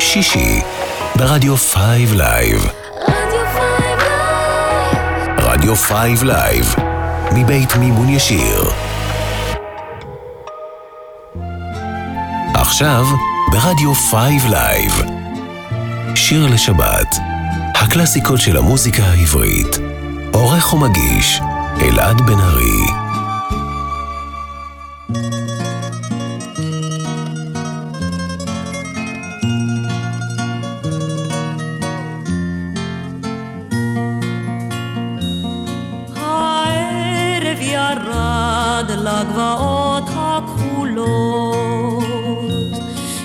שישי ברדיו 5 לייב. רדיו 5 לייב מבית מימון ישיר. עכשיו ברדיו 5 לייב שיר לשבת, הקלאסיקות של המוזיקה העברית. עורך ומגיש אלעד בן ארי. הערב ירד לגבעות הכחולות,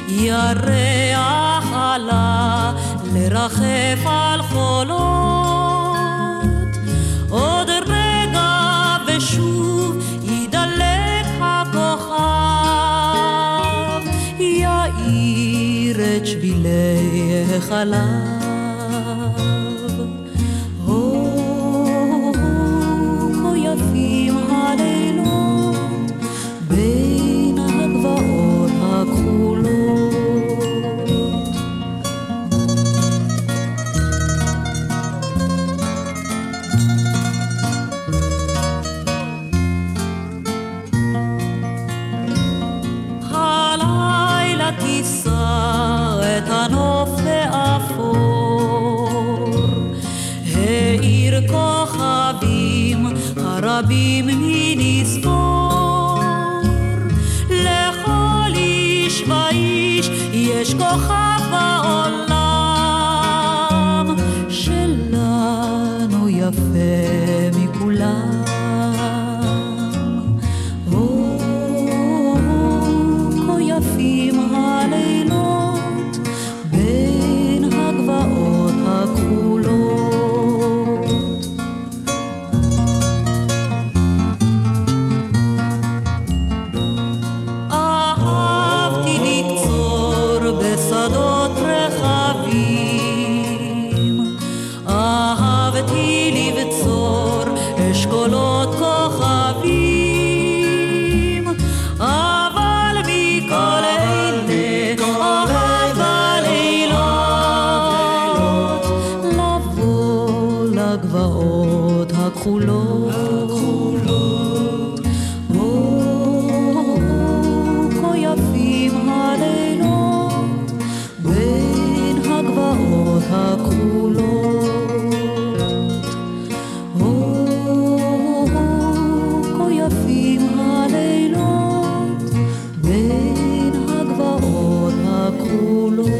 ירח עלה לרחף על חולות, עוד רגע ושוב ידלק הכוכב, יאיר את שבילי החלב. כה יפים הלילות בין הגבעות הכחולות. את הנוף באפור, העיר כוכבים הרבים מנספור, לכל איש ואיש יש כוכב בעולם, שלנו יפה מכולם. כה יפים הלילות בין הגבעות הכחולות. אהבתי לקצור בשדות רחבים, אהבתי לבצור אשכולות כוכבים, אבל מכל אלה אוהב הלילות לבוא לגבעות הכחולות. כה יפים הלילות בין הגבעות הכחולות. כה יפים הלילות בין הגבעות הכחולות.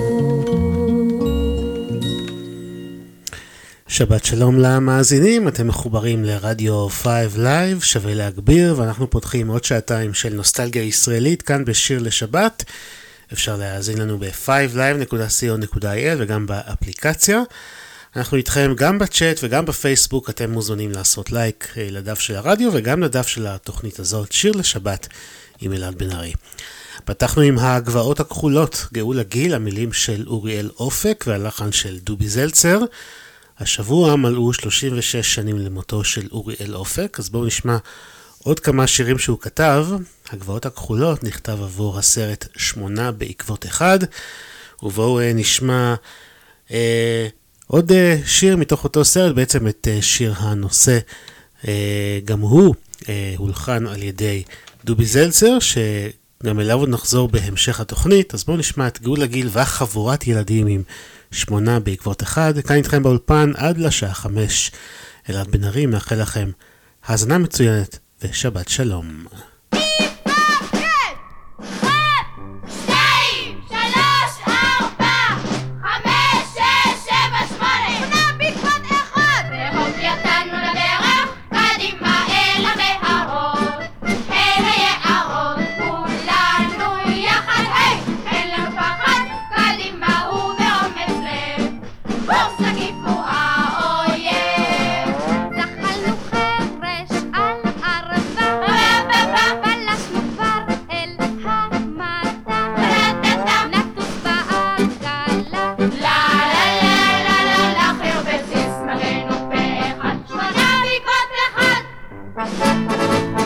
שבת שלום למאזינים, אתם מחוברים לרדיו 5 לייב, שווה להגביר, ואנחנו פותחים עוד שעתיים של נוסטלגיה ישראלית כאן בשיר לשבת. אפשר להאזין לנו ב5live.co.il וגם באפליקציה. אנחנו איתכם גם בצ'אט וגם בפייסבוק, אתם מוזמנים לעשות לייק לדף של הרדיו וגם לדף של התוכנית הזאת, שיר לשבת עם אלעד בן ארי. פתחנו עם הגבעות הכחולות, גאולה גיל, המילים של אוריאל אופק והלחן של דובי זלצר. השבוע מלאו 36 שנים למותו של אוריאל אופק, אז בואו נשמע עוד כמה שירים שהוא כתב. הגבעות הכחולות נכתב עבור הסרט 8 בעקבות אחד, ובואו נשמע עוד שיר מתוך אותו סרט, בעצם את שיר הנושא, גם הוא הולחן על ידי דובי זלצר, שגם אליו עוד נחזור בהמשך התוכנית. אז בואו נשמע את גאולה גיל וחבורת ילדים עם 8 בעקבות אחד. כאן איתכם באולפן עד לשעה 5. אלעד בן ארי מאחל לכם האזנה מצוינת ושבת שלום.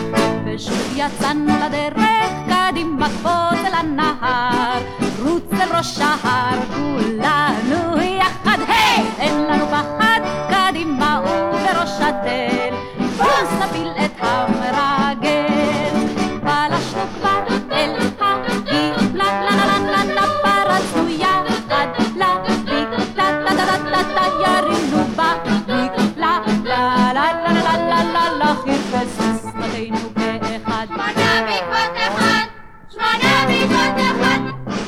יצאנו לדרך, קדימה קפוץ אל הנהר, רוץ אל בראש ההר כולנו יחד, היי! אין לנו פחד, קדימה ובראש התל, בוס נפיל את המרגל. פלשנו כבר אל הגיר, לה לה לה לה לה, פרצנו יחד, לה ליק, לה לה לה לה לה לה, ירינו בליק, לה לה לה לה לה לה לה לה, חיפש שפתנו כאחד. שמונה בעקבות אחד, שמונה בעקבות אחד.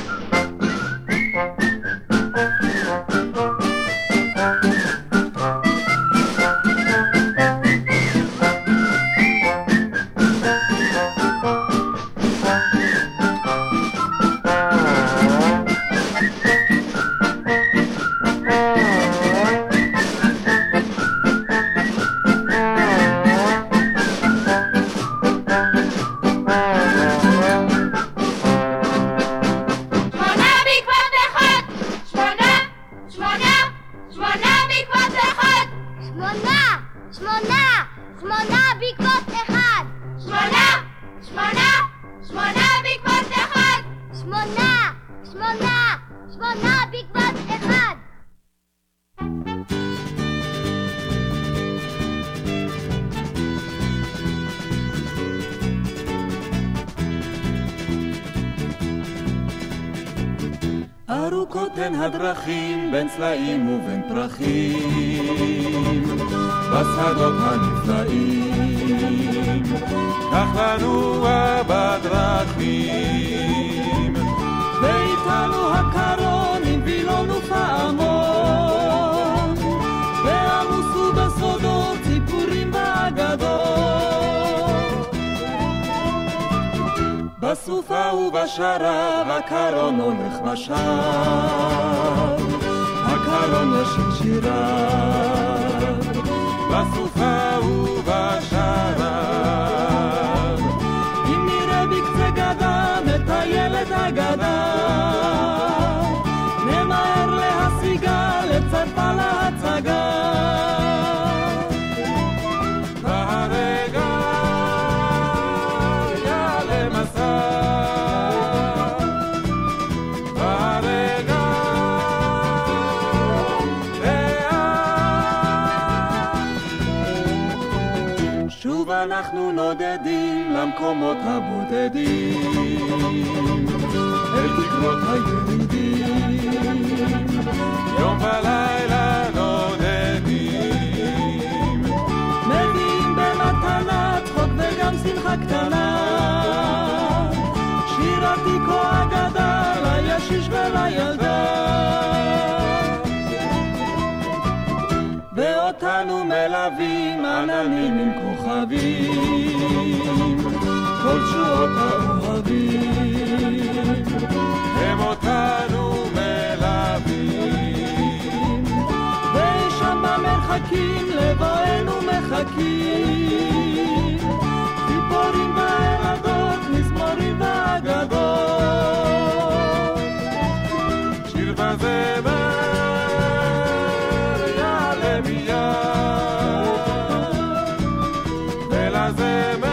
ארוכות הן הדרכים בין צלעים ובין פרחים בשדות הנפלאים, כך לנוע בדרכים ואיתנו הקרונים וילון ופעמון ועמוסו בסודות סיפורים ואגדות. בסופה ובשרב הקרון הולך בשער, הקרון ישיר שיריו בסופה ובשרב. אם נראה בקצה גדה מטיילת אגדה, נמהר להשיגה לצרפה להצגה. בהרגע יעלה מסע, בהרגע לאט שוב אנחנו נודדים למקומות הבודדים, אל תקרות הירידים, יום ולילה נודדים, מביאים במתנה צחוק וגם שמחה קטנה, שיר עתיק או אגדה לישיש ולילדה, ואותנו מלווים עננים עם כוכבים, כל שורות האוהבים הם אותנו מלווים, ושם במרחקים לבואנו מחכים, ציפורים וילדות, מזמורים ואגדות, שיר וזמר יעלה מיד ולזמר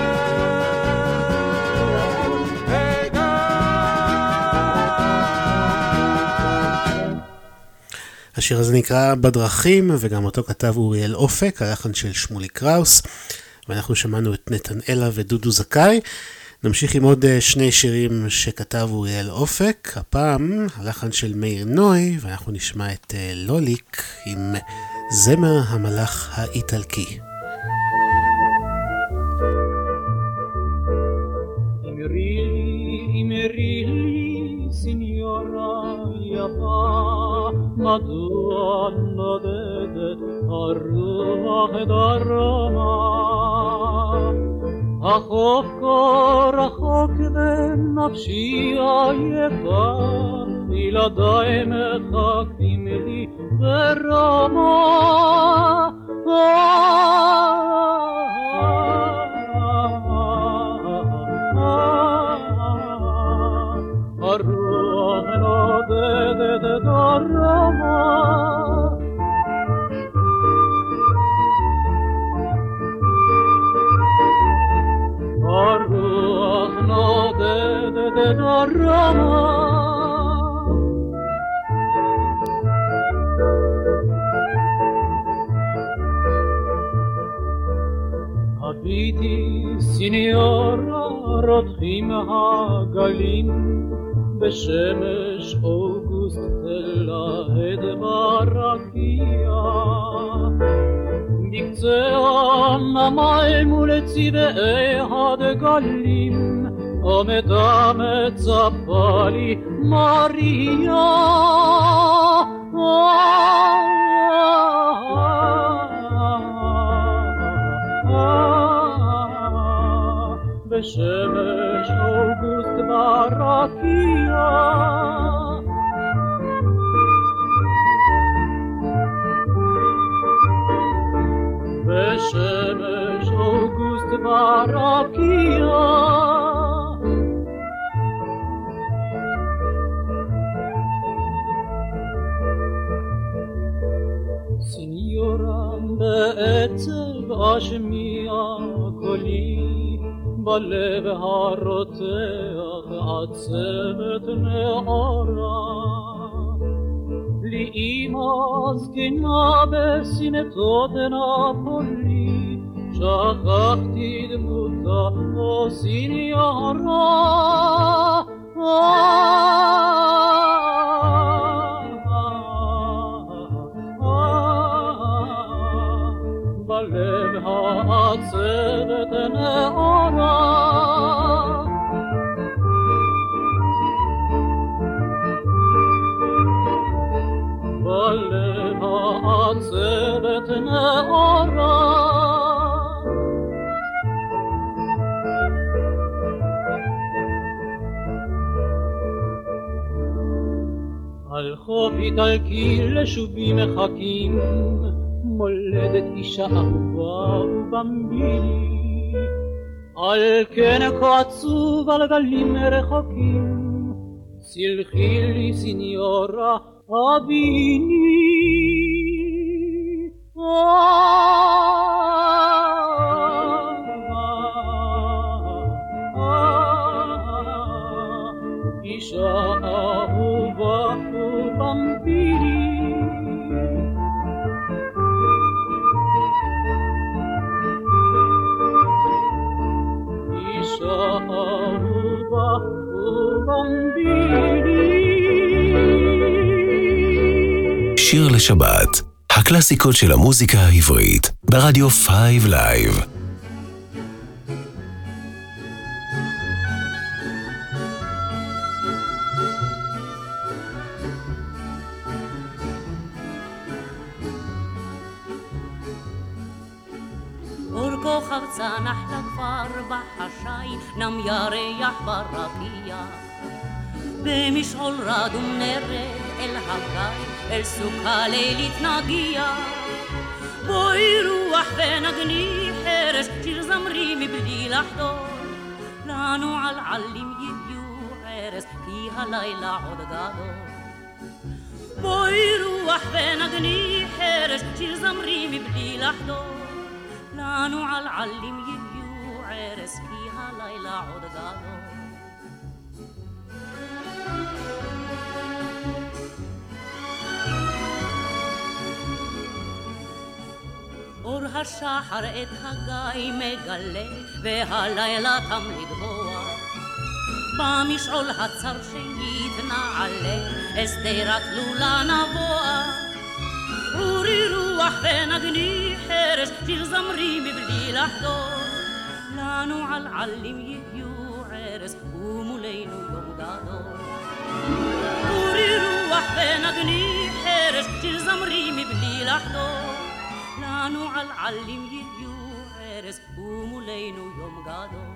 השיר הזה נקרא בדרכים, וגם אותו כתב אוריאל אופק, הלחן של שמולי קראוס, ואנחנו שמענו את נתנאלה ודודו זכאי. נמשיך עם עוד שני שירים שכתב אוריאל אופק, הפעם הלחן של מאיר נוי, ואנחנו נשמע את לוליק עם זמר המלאך האיטלקי. Imeri, signora יפה, מדוע נודדת הרוח דרומה? החוף כה רחוק ונפשי עייפה, ילדיי מחכים לי ברמה. הרוח נודדת דרומה, הרוח נודדת דרומה, רותחים הגלים בשמש אוגוסט תלהד ברקיע בקצה הנמל מול צבעי הדגלים עומדה מצפה לי מריה בשמש אוגוסט ברקיע בשמש אוגוסט ברקיע סניורה בעצב אשמיע קולי בלב הרותח עצבת נערה לי אמא זקנה בסנטות נפולי שכחתי דמותה או סניורה בלב העצבת נערה בלב העצבת נערה על חוף איטלקי לשובי מחכים מולדת אישה אהובה ובמבילי על כן כה עצוב על גלים רחוקים סלחי לי סניורה אביני אישה אהובה ובמבילי אהובה ובמבילי שיר לשבת, הקלאסיקות של המוזיקה העברית, ברדיו 5 לייב. כוכב צנח לכפר בחשאי נם ירח ברקיע במשעול רדום נרד אל הגיא אל סוכה לילית נגיע בואי רוח ונגני חרש שיר זמרי מבלי לחדור לנו על עלים יהיו ערס כי הלילה עוד גדול בואי רוח ונגני חרש שיר זמרי מבלי לחדור לנו על עלים יהיו ערס כי הלילה עוד גדול אור השחר את הגיא מגלה והלילה תם לגבוה במשעול הצר שיתנעלה הסתירת לולה נבואה אורי רוח ונגני חרש שיר זמרי מבלי לחדור לנו על עלים יהיו ערס ומולנו יום גדול אורי רוח ונגני חרש שיר זמרי מבלי לחדור לנו על עלים יהיו ערס ומולנו יום גדול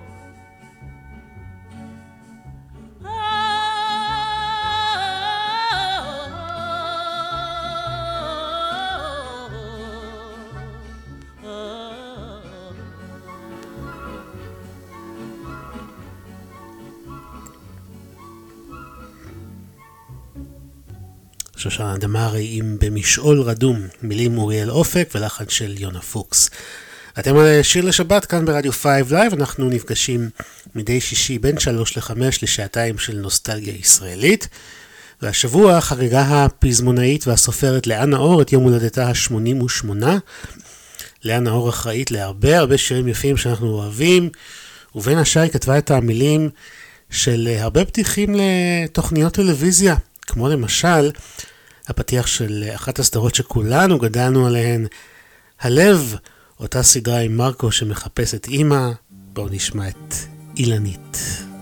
שושנה דמארי עם במשעול רדום, מילים אוריאל אופק ולחן של יונה פוקס. אתם על שיר לשבת כאן ברדיו 5 לייב, אנחנו נפגשים מדי שישי בין 3 ל-5 לשעתיים של נוסטלגיה ישראלית. והשבוע חגגה הפזמונאית והסופרת לאה נאור את יום הולדתה ה-88. לאה נאור אחראית להרבה שירים יפים שאנחנו אוהבים, ובין השאר היא כתבה את המילים של הרבה פתיחים לתוכניות טלוויזיה, כמו למשל הפתיח של אחת הסדרות שכולנו גדלנו עליהן, הלב, אותה סדרה עם מרקו שמחפש את אמא. בואו נשמע את אילנית.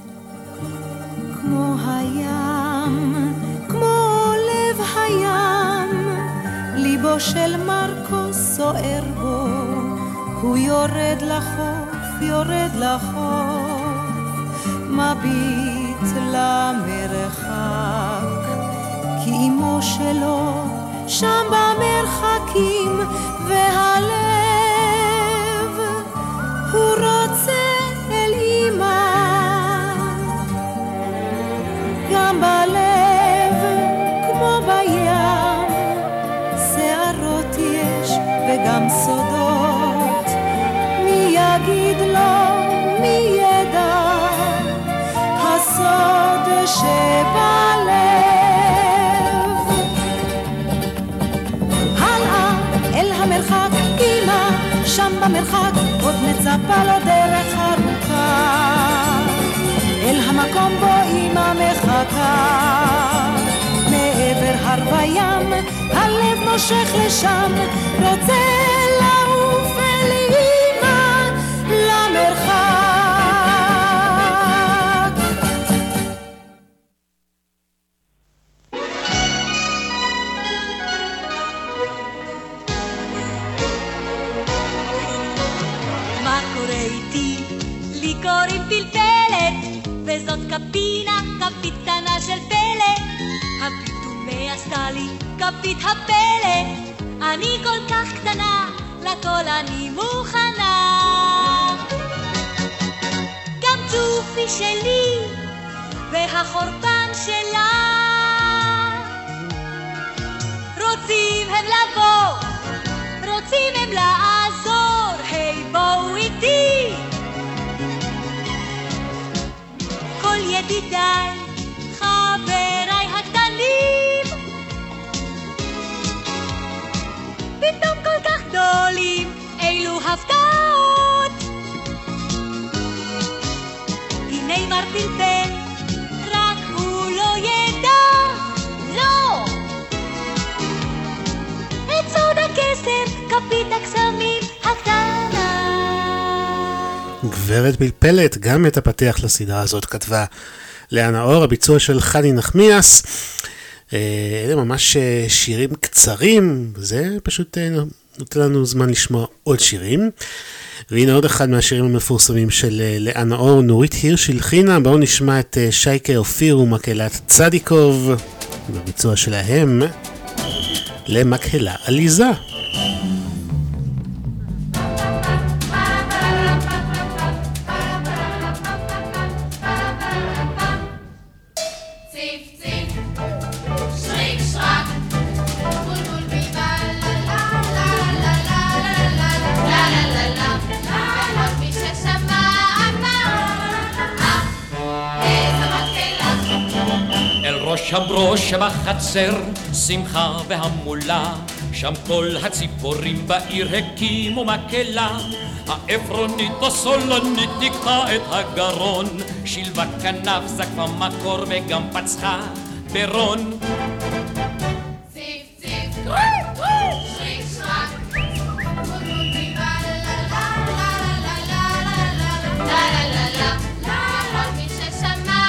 כמו הים, כמו לב הים, ליבו של מרקו סוער בו, הוא יורד לחוף, יורד לחוף, מביט למרחק, כי אמו שלו שם במרחקים, והלב הוא רוצה אל אמא, גם בלב כמו בים, שערות יש וגם סודות, מי יגיד לו, מי ידע, הסוד שבלב. הלאה אל המרחק אמא, שם במרחק עוד מצפה לו דרך ארוכה, אל המקום בו אמא מחכה, מעבר הר וים, הלב מושך לשם, רוצה לעוף אל אמא למרחק. מה קורה איתי? לי קוראים פלפלת, וזאת כפינה, כפית קטנה של פלא. הפיתומי עשתה לי כפית הפלא, אני כל כך קטנה, לכל אני מוכנה. גם צופי שלי והחורבן שלה, רוצים הם לבוא, רוצים הם לעזור, היי בואו איתי. כל ידידיי, חבריי הקטנים, פתאום כל כך גדולים, אילו הפתעות. הנה מר פלפל, רק הוא לא ידע, לא, את סוד הכסף, כפית הקסמים הקטנה. גברת פלפלת, גם את הפתיח לסדרה הזאת כתבה לאה נאור, הביצוע של חני נחמיאס. אלה ממש שירים קצרים, זה פשוט נותן לנו זמן לשמוע עוד שירים. והנה עוד אחד מהשירים המפורסמים של לאה נאור, נורית הירש הלחינה. בואו נשמע את שייקה אופיר ומקהלת צדיקוב, בביצוע שלהם למקהלה עליזה. ראש הברוש שבחצר, שמחה והמולה, שם כל הציפורים בעיר הקימו מקהלה. העפרונית הסולנית נקטה את הגרון, שילבה כנף, זקפה מקור וגם פצחה ברון. ציף ציף, שריק שרק, בולבול ביבה לה לה לה לה לה לה לה לה לה לה, כל מי ששמע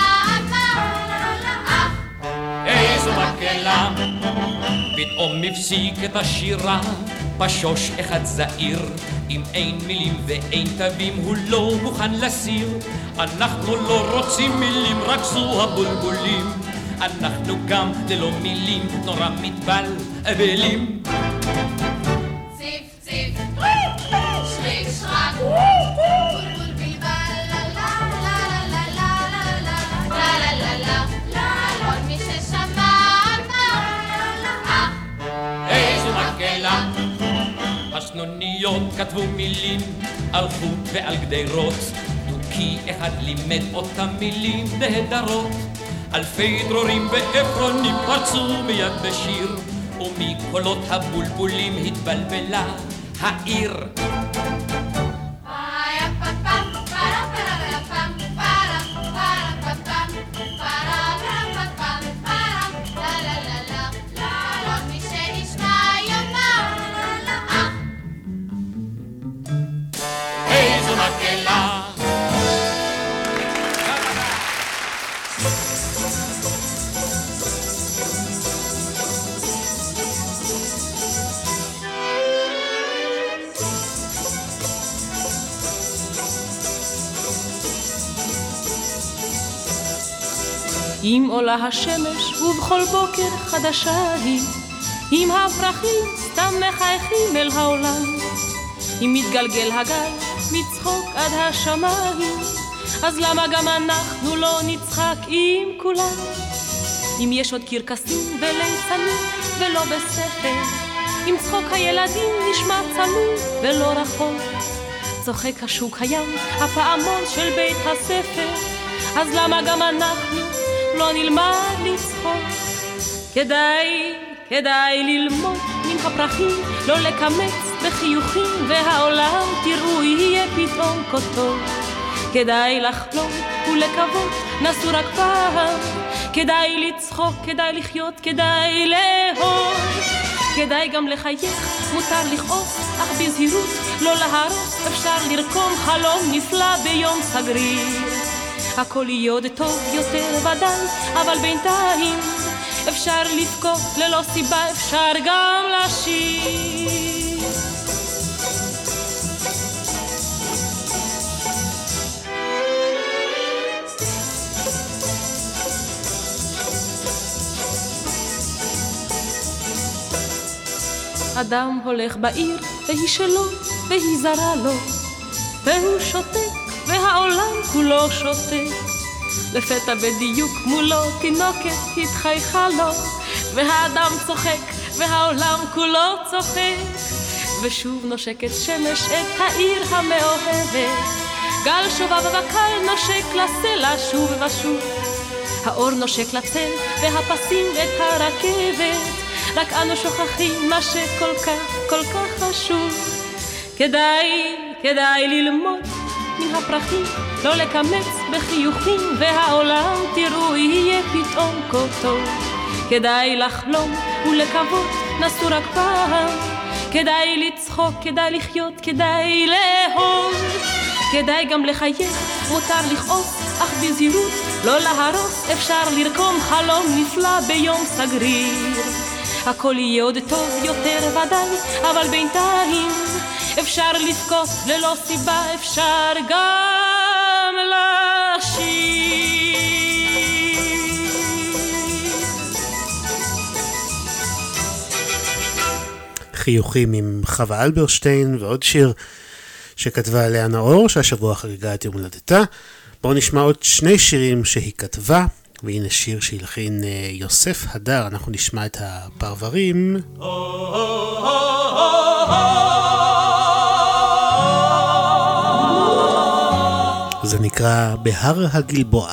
איזו מקהלה. פתאום הפסיק את השירה פשוש אחד זעיר, אם אין מילים ואין תווים הוא לא מוכן לסיר. אנחנו לא רוצים מילים, רק זו הבולבולים, אנחנו גם ללא מילים נורא מתבלבלים. ציף ציף, שריק שרק, בולבול ביבה לה לה לה לה לה לה לה לה לה לה, כל מי ששמע איזו מקהלה. הסנוניות כתבו מילים על חוט ועל גדרות, דוקי אחד לימד אותם מילים נהדרות. אלפי דרורים ועפרונים פרצו מיד בשיר, ומקולות הבולבולים התבלבלה העיר. אם עולה השמש ובכל בוקר חדשה היא, אם הפרחים סתם מחייכים אל העולם, אם מתגלגל הגל מצחוק עד השמיים, אז למה גם אנחנו לא נצחק עם כולם? אם יש עוד קרקסים וליצנים ולא בספר, אם צחוק הילדים נשמע צלול ולא רחוק, צוחק השוק הים, הפעמון של בית הספר, אז למה גם אנחנו לא נלמד לצחוק? כדאי ללמוד מן הפרחים, לא לקמץ בחיוכים, והעולם תראו יהיה פתאום כה טוב. כדאי לחלום ולקוות, נסו רק פעם, כדאי לצחוק, כדאי לחיות, כדאי לאהוב, כדאי גם לחייך, מותר לכעוס, אך בזהירות לא להרוס, אפשר לרקום חלום נפלא ביום סגריר. הכל יהיה עוד טוב יותר ודאי, אבל בינתיים אפשר לבכות ללא סיבה, אפשר גם לשיר. אדם הולך בעיר והיא שלו והיא זרה לו, והוא שותק והעולם כולו שותק. לפתע בדיוק מולו תינוקת התחייכה לו, והאדם צוחק והעולם כולו צוחק. ושוב נושקת שמש את העיר המאוהבת, גל שובב וקל נושק לסלע שוב ושוב, האור נושק לצל והפסים את הרכבת, רק אנו שוכחים מה שכל כך חשוב. כדאי ללמוד מן הפרחים, לא לקמץ בחיוכים, והעולם תראו יהיה פתאום כה טוב. כדאי לחלום ולקוות, נסו רק פעם, כדאי לצחוק, כדאי לחיות, כדאי לאהוב, כדאי גם לחייך, מותר לכעוס, אך בזהירות לא להרוס, אפשר לרקום חלום נפלא ביום סגריר. הכל יהיה עוד טוב יותר ודאי, אבל בינתיים אפשר לבכות ללא סיבה, אפשר גם לשיר. חיוכים עם חווה אלברשטיין, ועוד שיר שכתבה לאה נאור, שהשבוע חגגה את יום הולדתה. בואו נשמע עוד שני שירים שהיא כתבה, והנה שיר שהלחין יוסף הדר, אנחנו נשמע את הפרברים. זה נקרא בהר הגלבוע.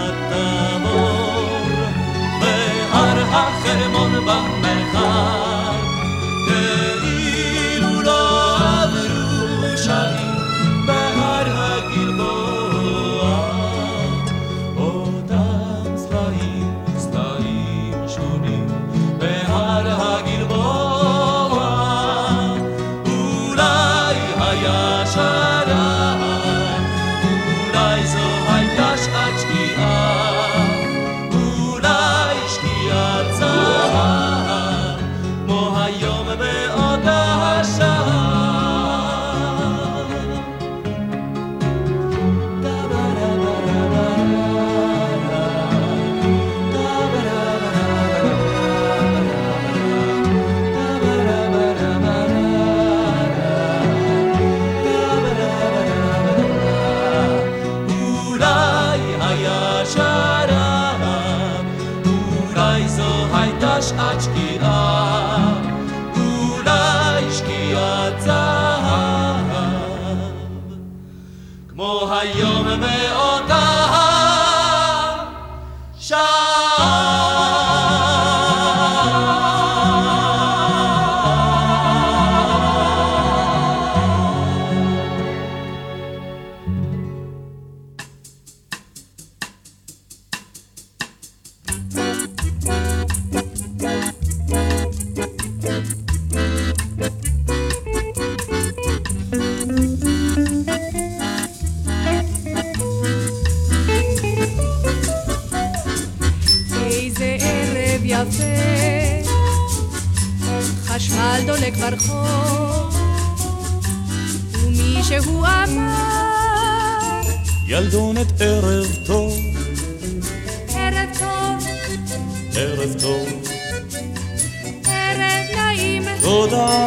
החרמון במרחב על דולק ברחוב, ומישהו אמר ילדונת ערב טוב, ערב טוב, ערב טוב, ערב נעים, תודה.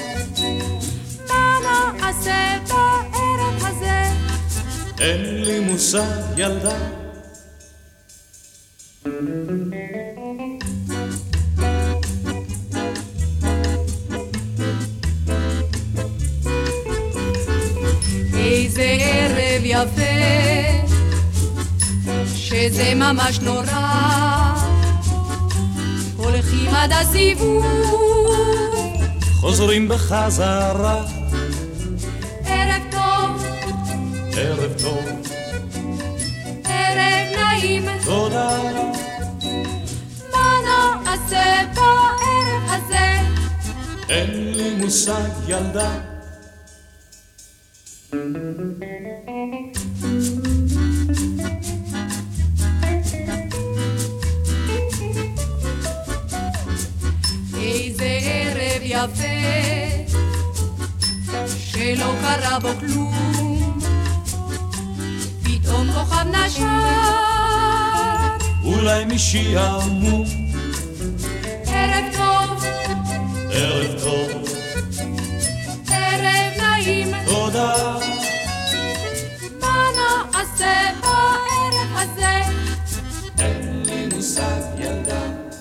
מה נעשה בערב הזה? אין לי מושג ילדה. איזה ערב יפה, שזה ממש נורא, הולכים עד הסיבוב, חוזרים בחזרה. ערב טוב, ערב טוב, ערב נעים, תודה. מה נעשה בערב הזה? אין לי מושג ילדה. איזה ערב יפה, שלא קרה בו כלום, פתאום כוכב נשר, אולי משעמום. ערב טוב, ערב טוב, ערב נעים, תודה. מה נעשה בערב הזה? אין לי מושג ילדה.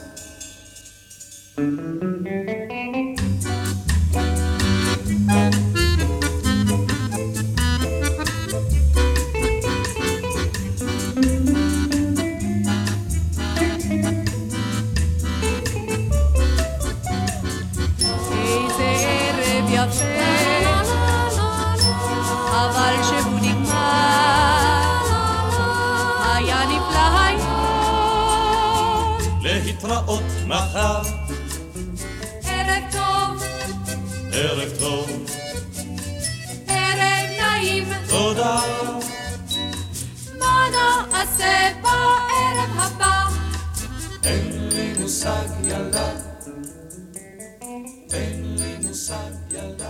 אבל שהוא נגמר, היה נפלא היום. להתראות מחר. ערב טוב, ערב טוב, ערב נעים, תודה. מה נעשה בערב הבא? אין לי מושג ילדה. אין לי מושג ילדה.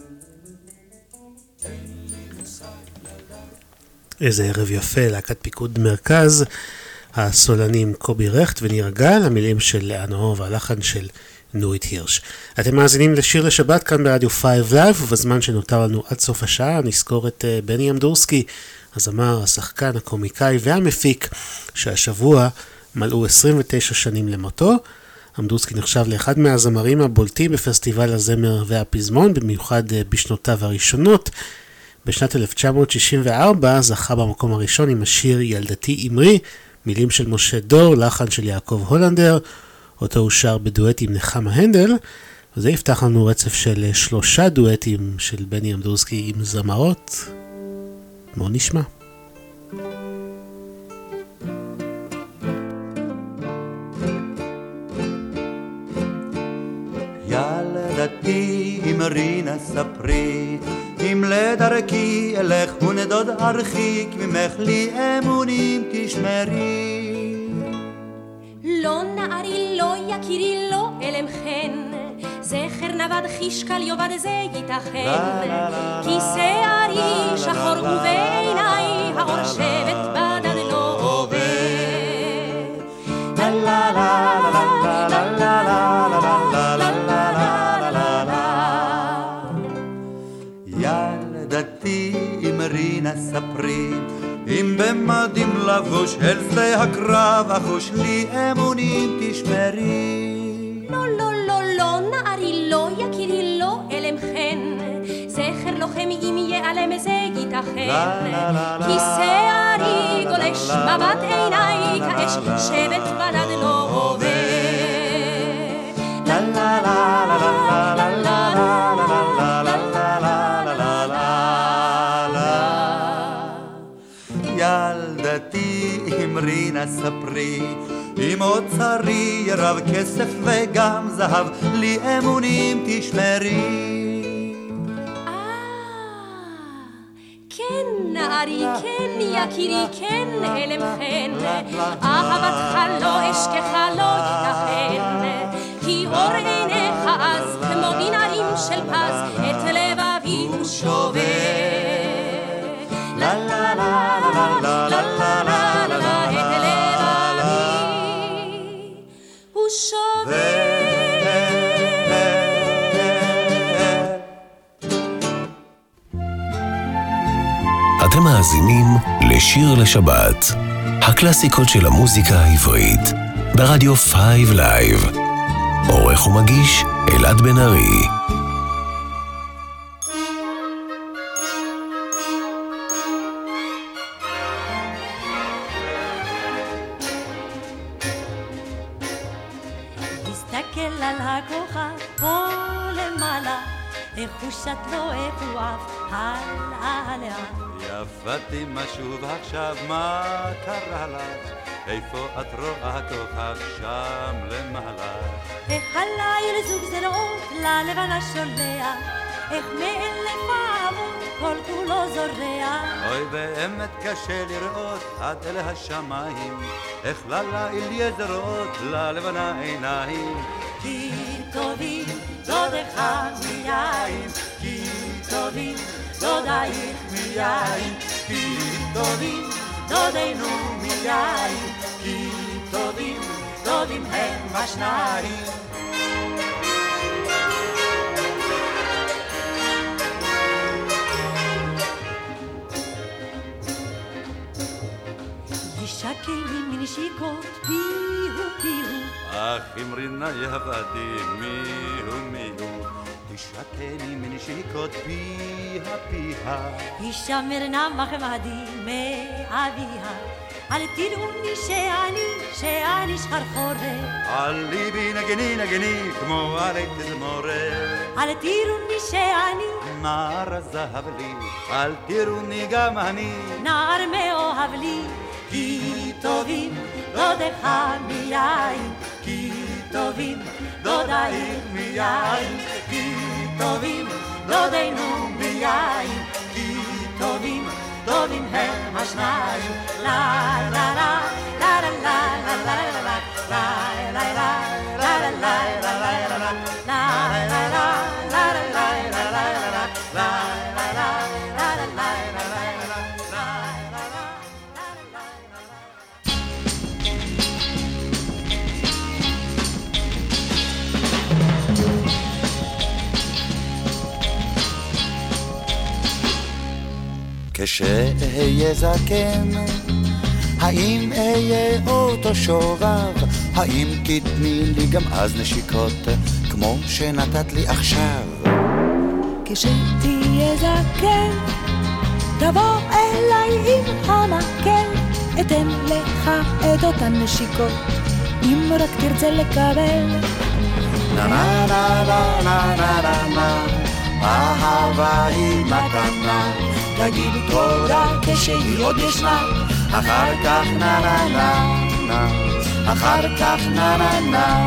איזה ערב יפה, להקת פיקוד מרכז, הסולנים קובי רכט וניר גל, המילים של לאן אור והלחן של נורית הירש. אתם מאזינים לשיר לשבת כאן ברדיו 5 Live, ובזמן שנותר לנו עד סוף השעה נזכור את בני אמדורסקי, הזמר, השחקן, הקומיקאי והמפיק, שהשבוע מלאו 29 שנים למותו. אמדורסקי נחשב לאחד מהזמרים הבולטים בפסטיבל הזמר והפזמון, במיוחד בשנותיו הראשונות. בשנת 1964 זכה במקום הראשון עם השיר ילדתי אמרי, מילים של משה דור, לחן של יעקב הולנדר, אותו הוא שר בדואט עם נחמה הנדל, וזה יפתח לנו רצף של 3 דואטים של בני אמדורסקי עם זמרות. בואו נשמע. ילדתי אמרי נא ספרי, אם לדרכי אלך ונדוד ארחיק, ממך לי אמונים תשמרי. לא נערי, לא יקירי, לא אלם חן, זכר נבד חישקל יובד זה ייתכן, כי שערי שחור ובעיניי האור שבט בדד לא עובר. לה לה לה לה לה לה לה לה ילדתי אמרי נא ספרי, אם במדים לבוש אל שדה הקרב אחוש לי אמונים תשמרי. לא לא לא לא נערי, לא יקירי, לא אלם חן, זכר לוחם אם ייעלם זה ייתכן, כי שערי גולש מבט עיניי כאש שבט בלד לא עובר. לה לה לה לה לה לה ילדתי אמרי נא ספרי, אם אוצרי רב כסף וגם זהב, לי אמונים תשמרי. כן נערי, כן יקירי, כן אלם חן, אהבתך לא אשכחה לא ייתכן, כי אור עיניך אז כמו מאזינים לשיר לשבת, הקלאסיקות של המוזיקה העברית, ברדיו 5 לייב. עורך ומגיש אלעד בן ארי. תסתכל על הכוכב פה למעלה, איך הוא שט לו, איך הוא עף, הלאה. יפתי מה שוב עכשיו, מה קרה לך? איפה את רואה כוכב שם למעלה? איך הליל זוג זרועות ללבנה שולח, איך מאלף אהבות כל כולו זורח. אוי באמת קשה לראות עד אל השמיים, איך לליל יש זרועות ללבנה עיניים. כי טובים דודך מיין, כי טובים דודייך מיין, כי טובים דודינו מיין, כי טובים דודים הם השניים. ישקל מנשיקות פיהו פיהו, אך אמרינה יבדי מיהו מיהו, תשקני מנשיקות פיה פיה. ישמרנה מחמדי מאביה, אל תראוני שאני שחרחורת. על ליבי נגני נגני כמו עלי תזמורת. אל תראוני שאני נער זהב לי, אל תראוני גם אני נער מאוהב לי. כי טובים דודך מיין, כי טובים דודייך מיין, כי טובים דודינו מיין, כי טובים דודים הם השניים. לה לה לה לה לה לה לה לה לה לה לה כשאהיה זקן, האם אהיה אותו שובב? האם תתני לי גם אז נשיקות כמו שנתת לי עכשיו? כשתהיה זקן, תבוא אליי עם המקל, אתן לך את אותן נשיקות, אם רק תרצה לקבל. נה נה נה נה נה נה נה נה, אהבה היא מתנה, תגידי תודה כשהיא עוד ישנה, אחר כך נה נה נה נה, אחר כך נה נה נה.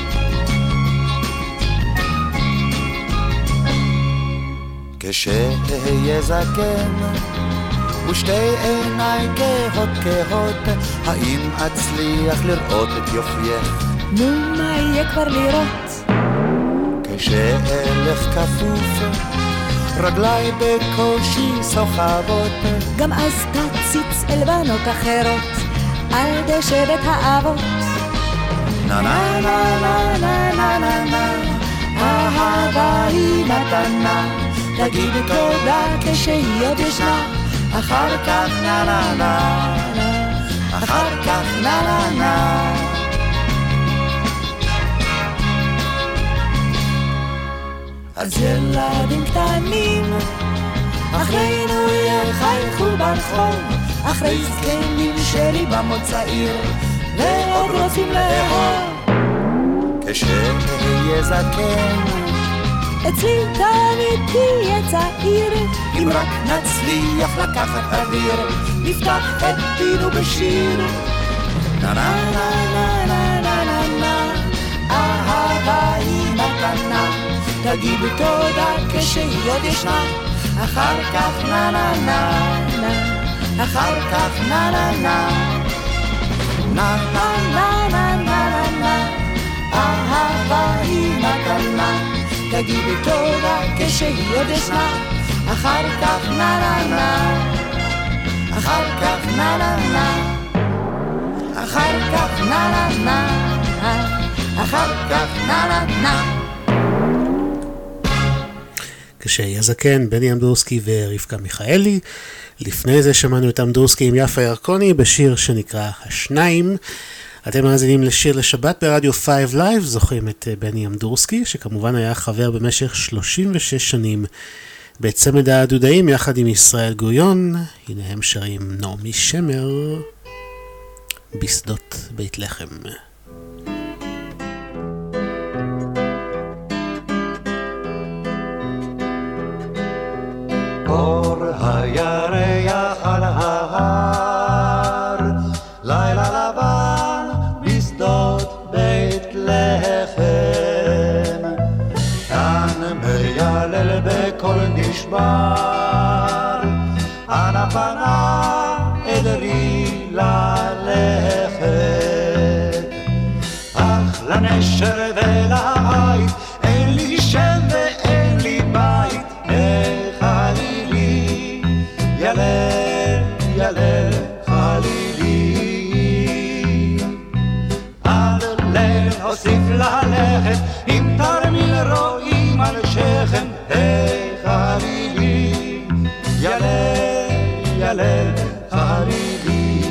כשאהיה זקן ושתי עיניי כהות כהות, האם אצליח לראות את יופייך? נו, מה יהיה כבר לראות? כשאלך כפוף, רגליי בקושי סוחבות, גם אז תציץ אל בנות אחרות על דשא בית האבות. נה נה נה נה נה נה נה נה, אהבה היא מתנה, תגידי תודה כשהיא עוד ישנה, אחר כך נה נה נה, אחר כך נה נה נה. אז ילדים קטנים אחרינו יחייכו ברחוב, אחרי זקנים שלי במוצאיר ועוד רוצים לאהוב. כשאהיה זקן אצלי תמיד תהיה צעיר, אם רק נצליח לקחת אוויר, נפתח את פינו בשיר. נה נה נה נה נה נה נה נה, אהבה היא מתנה, תגידי תודה כשהיא עוד ישנה, אחר כך נה נה נה נה, אחר כך נה נה נה נה נה נה נה נה נה, אהבה היא מתנה, תגידי תודה כשהיא עוד ישנה, אחר כך נה נה נה, אחר כך נה נה נה, אחר כך נה נה נה, אחר כך נה נה נה. כשיזקן, בני אמדורסקי ורבקה מיכאלי. לפני זה שמענו את אמדורסקי עם יפה ירקוני בשיר שנקרא השניים. אתם מאזינים לשיר לשבת ברדיו 5 Live, זוכרים את בני אמדורסקי, שכמובן היה חבר במשך 36 שנים בצמד הדודאים יחד עם ישראל גוריון. הנה הם שרים נעמי שמר, בשדות בית לחם. אור הירח על ההר, לילה לבן בשדות בית לחם, כאן מיילל בקול נשבר, אנה פנה עדרי ללכת, אך לנשר ולעית אין לי שם ואין לי בית, חלילי, ילל, ילל, חלילי. עד ליל הוסיף ללכת, עם תרמיל רואים על שכם, חלילי, ילל, ילל, חלילי.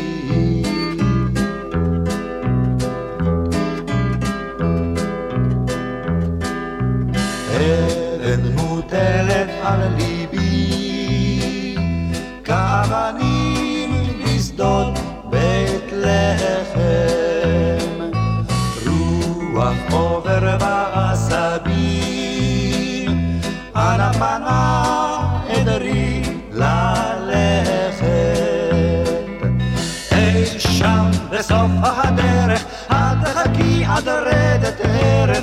אבן מוטלת על ליבי, כאבנים בשדות בית לחם, רוח עובר בעשבים, אנה פנה עדרי ללכת, אי שם בסוף הדרך, את תחכי עד רדת ערב,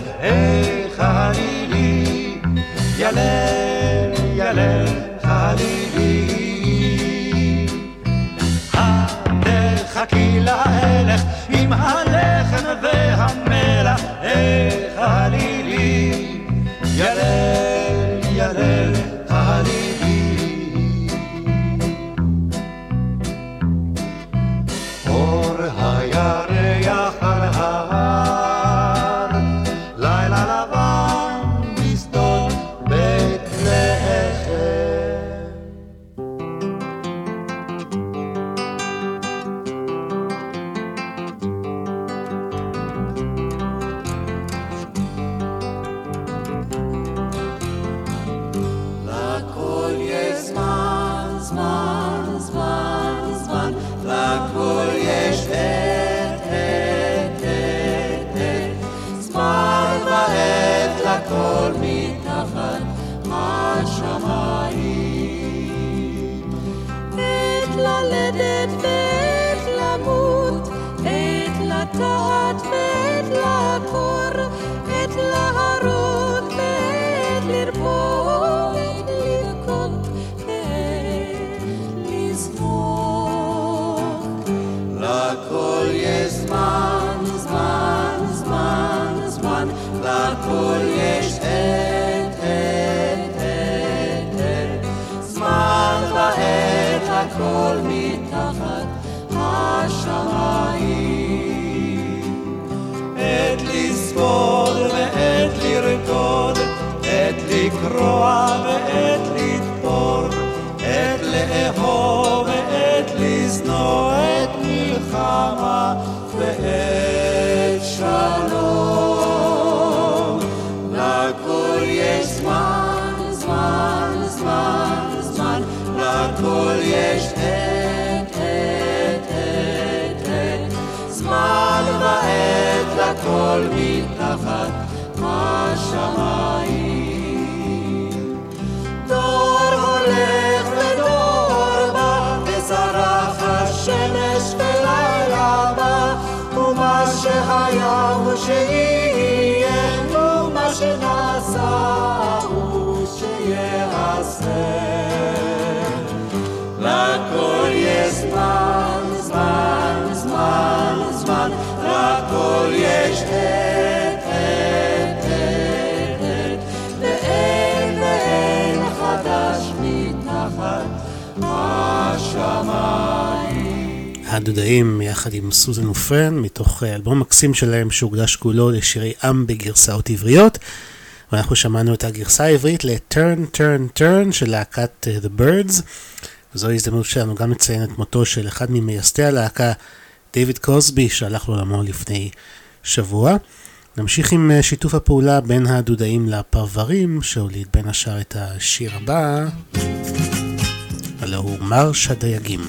חלילי, ילל, ילל, חלילי. תחכי להלך עם הלחם והמלח, חלילי, ילל, ילל, חלילי. אור הירח על ההר, לילה לבן בשדות בית לחם. לכל יש זמן, זמן, זמן, זמן, לכל יש זמן ועת, לכל מתחת השמיים. עת ללדת ועת למות, עת לטעת ועת לעקור, עת להרוג ועת לרפוא, עת לבכות ועת לזמור. לכל יש זמן, זמן, זמן, זמן, לכל יש זמן ועת, לכל מתחת השמיים. עת לסבול ועת לרקוד, עת לקרוע ועת לתפור, עת לאהוב ועת לזנוע, עת מלחמה ועת שלום. לכל יש זמן, זמן, זמן, זמן, לכל יש זמן ועת, לכל מתחת השמיים. דור הולך ודור בא, וזרח השמש ולילה בא, ומה שהיה הוא שיהיה, ומה שנעשה הוא שיעשה. לכל יש זמן, זמן, זמן, זמן, לכל יש ואין חדש מתחת השמיים. הדודאים יחד עם סוזן ופרן מתוך אלבום מקסים שלהם שהוקדש כולו לשירי עם בגרסאות עבריות. ואנחנו שמענו את הגרסה העברית ל-Turn Turn Turn של להקת The Birds, וזו ההזדמנות שלנו גם לציין את מותו של אחד ממייסדי הלהקה, דיוויד קוסבי, שהלך לעולמו לפני שבוע. נמשיך עם שיתוף הפעולה בין הדודאים לפרברים, שהוליד בין השאר את השיר הבא, הלא הוא מרש הדייגים.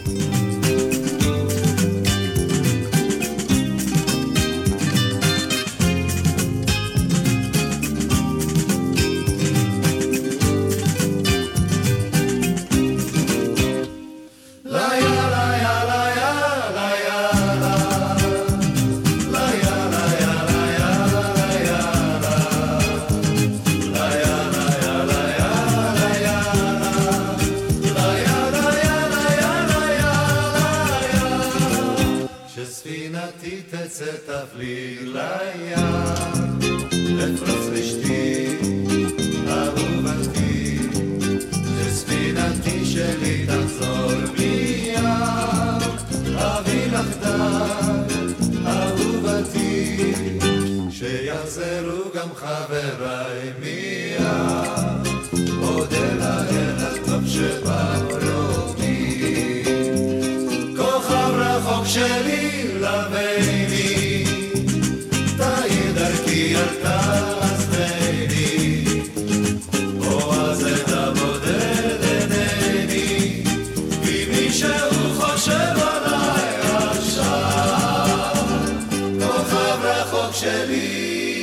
תפליג לים, לפרוץ לשתי, אהובתי, שספינתי שלי תחזור מיד, אביא לך דג, אהובתי, שיחזרו גם חבריי מיד, אודה לאל הטוב שבעולמי, כוכב רחוק שלי לביני, תאי דרכי אל תעזבני, עוז את הבודד אינני, כי מישהו חושב עליי עכשיו, כוכב רחוק שלי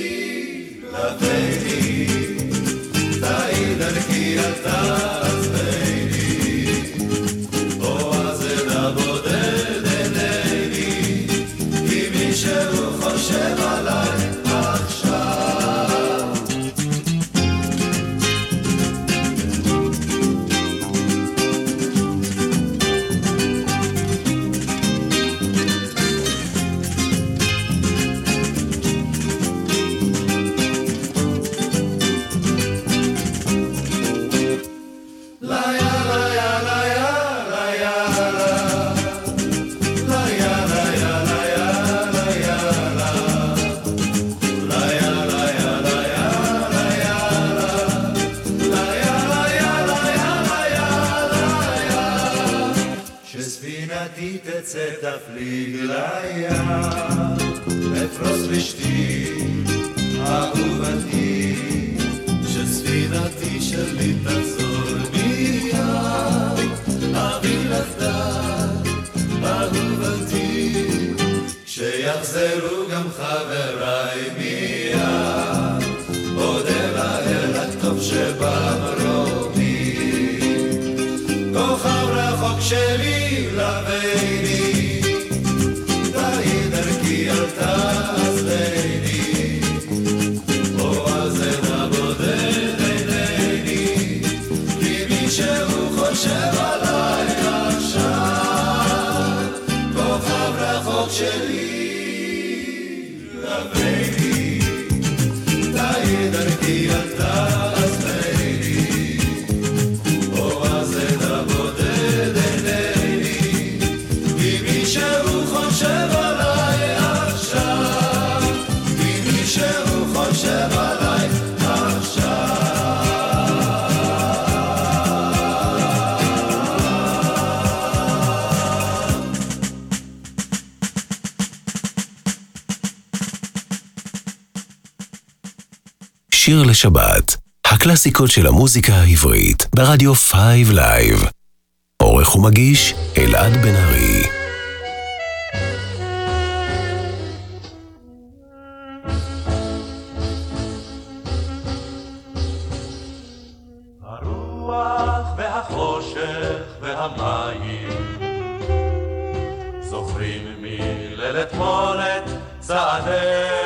לביני, תאי דרכי אל תעזבני, עוז את הבודד אינני, כי מישהו חושב עליי עכשיו. שספינתי תצא תפליג לים, אפרוס לשתי, אהובתי, שספינתי שלי תחזור מיד, אביא לך דג, אהובתי, שיחזרו גם חבריי מיד, אודה לאל הטוב שבמרומי, כוכב רחוק שלי לביני, תאי דרכי אל תעזבני, עוז את הבודד אינני, כי מישהו חושב עליי עכשיו, כוכב רחוק שלי לביני, תאי דרכי אל תעזבני, עוז את הבודד אינני, כי מישהו חושב עליי עכשיו, כי מישהו חושב עליי עכשיו. שיר לשבת, הקלאסיקות של המוזיקה העברית, ברדיו 5 לייב. עורך ומגיש אלעד בן ארי. הרוח והחושך והמים זוכרים מליל אתמול את צעדך,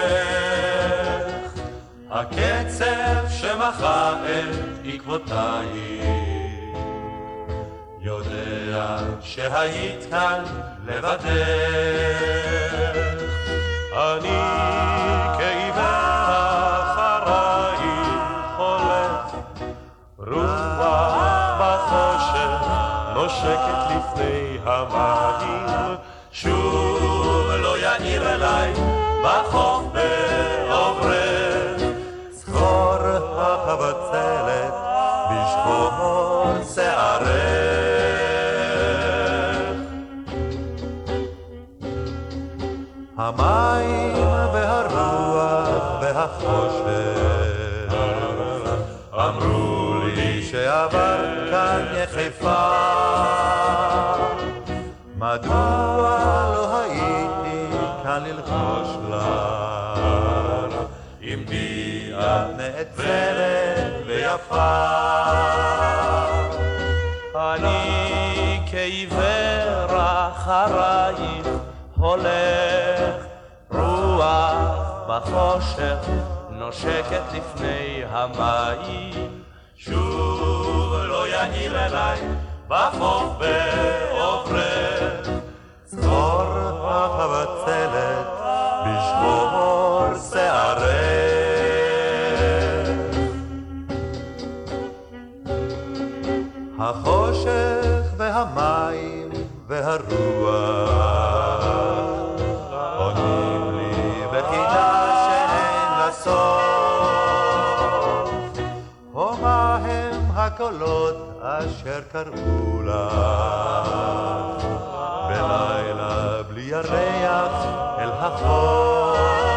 הקצב שמחה את עקבותייך, יודע שהיית כאן לבדך, אני כעיוור אחרייך הולך, רוח בחושך נושקת לפני המים, שוב לא יאיר אליי בחוף בעוברך, זכור אמרו לי שעבר כאן יחפה, מדוע לא הייתי כאן ללחוש לך, עמדי את נעצרת ויפה. אני כעיוור אחרייך הולך, רוח בחושך נושקת לפני המים, שוב לא יאיר אליי בחוף בעוברך, זכור החבצלת בשחור שערך. החושך והמים והרוח עונים לי בחינה שאין לה סוף, ומה הם הקולות אשר קראו לך בלילה בלי ירח אל החוף.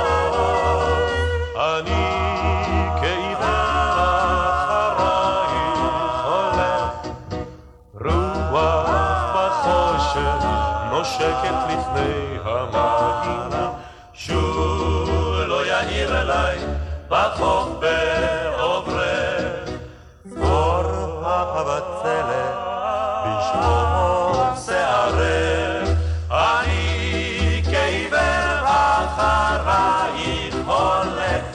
אני כעיוור אחרייך הולך, רוח בחושך נושקת לפני המים, שוב לא יאיר אליי בחוף בעוברך, זכור החבצלת בשחור שערך. אני כעיוור אחרייך הולך,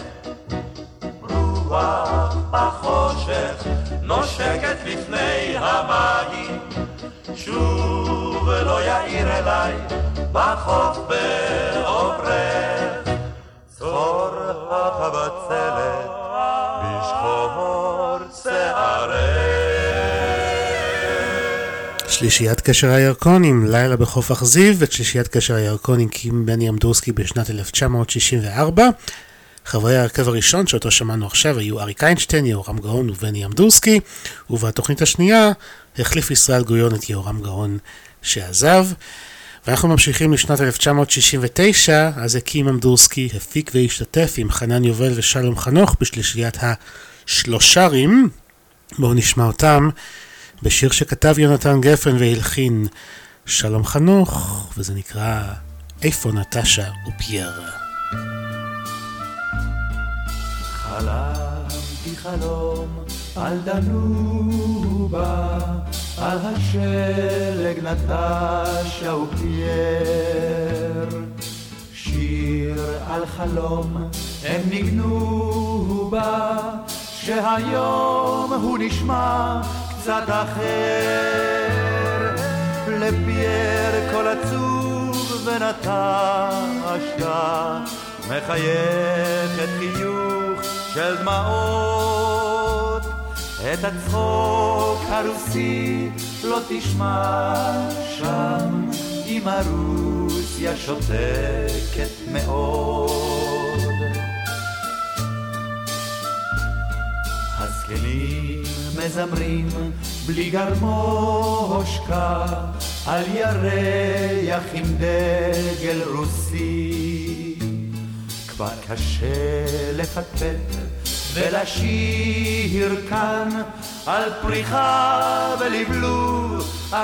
רוח בחושך נושקת לפני המים, שוב לא יאיר אליי בחוף בעוברך, זכור החבצלת בשחור שערך. שלישיית קשר הירקון עם לילה בחוף אכזיב, ואת שלישיית קשר הירקון עם קים בני אמדורסקי בשנת 1964. חברי ההרכב הראשון שאותו שמענו עכשיו היו אריק איינשטיין, יהורם גאון ובני אמדורסקי, ובתוכנית השנייה החליף ישראל גוריון את יהורם גאון שעזב. ואנחנו ממשיכים לשנת 1969, אז קים אמדורסקי הפיק והשתתף עם חנן יובל ושלום חנוך בשלישיית השלושרים. בואו נשמע אותם בשיר שכתב יונתן גפן והלחין שלום חנוך, וזה נקרא איפה נטשה ופייר. חלמתי חלום על דנובה, על השלג נטשה ופייר, שיר על חלום הם ניגנו בה, שהיום הוא נשמע קצת אחר. לפייר כל עצוב ונטשה מחייכת חיוך של דמעות, את הצחוק הרוסי לא תשמע שם, אם הרוסיה שותקת מאוד. הזקנים מזמרים בלי גרמושקה על ירח עם דגל רוסי, כבר קשה לפטפט ולשיר כאן על פריחה ולבלוב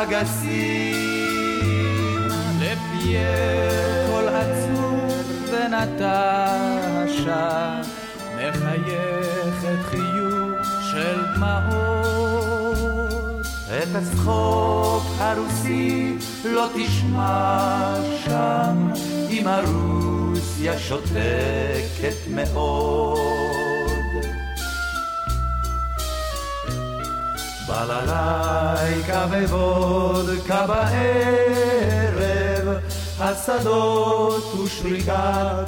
אגסים. לפייר כל עצוב ונטשה מחייכת חיוך של דמעות, את הצחוק הרוסי לא תשמע שם, אם הרוסיה שותקת מאוד. בללייקה ובודקה בערב, השדות ושריקת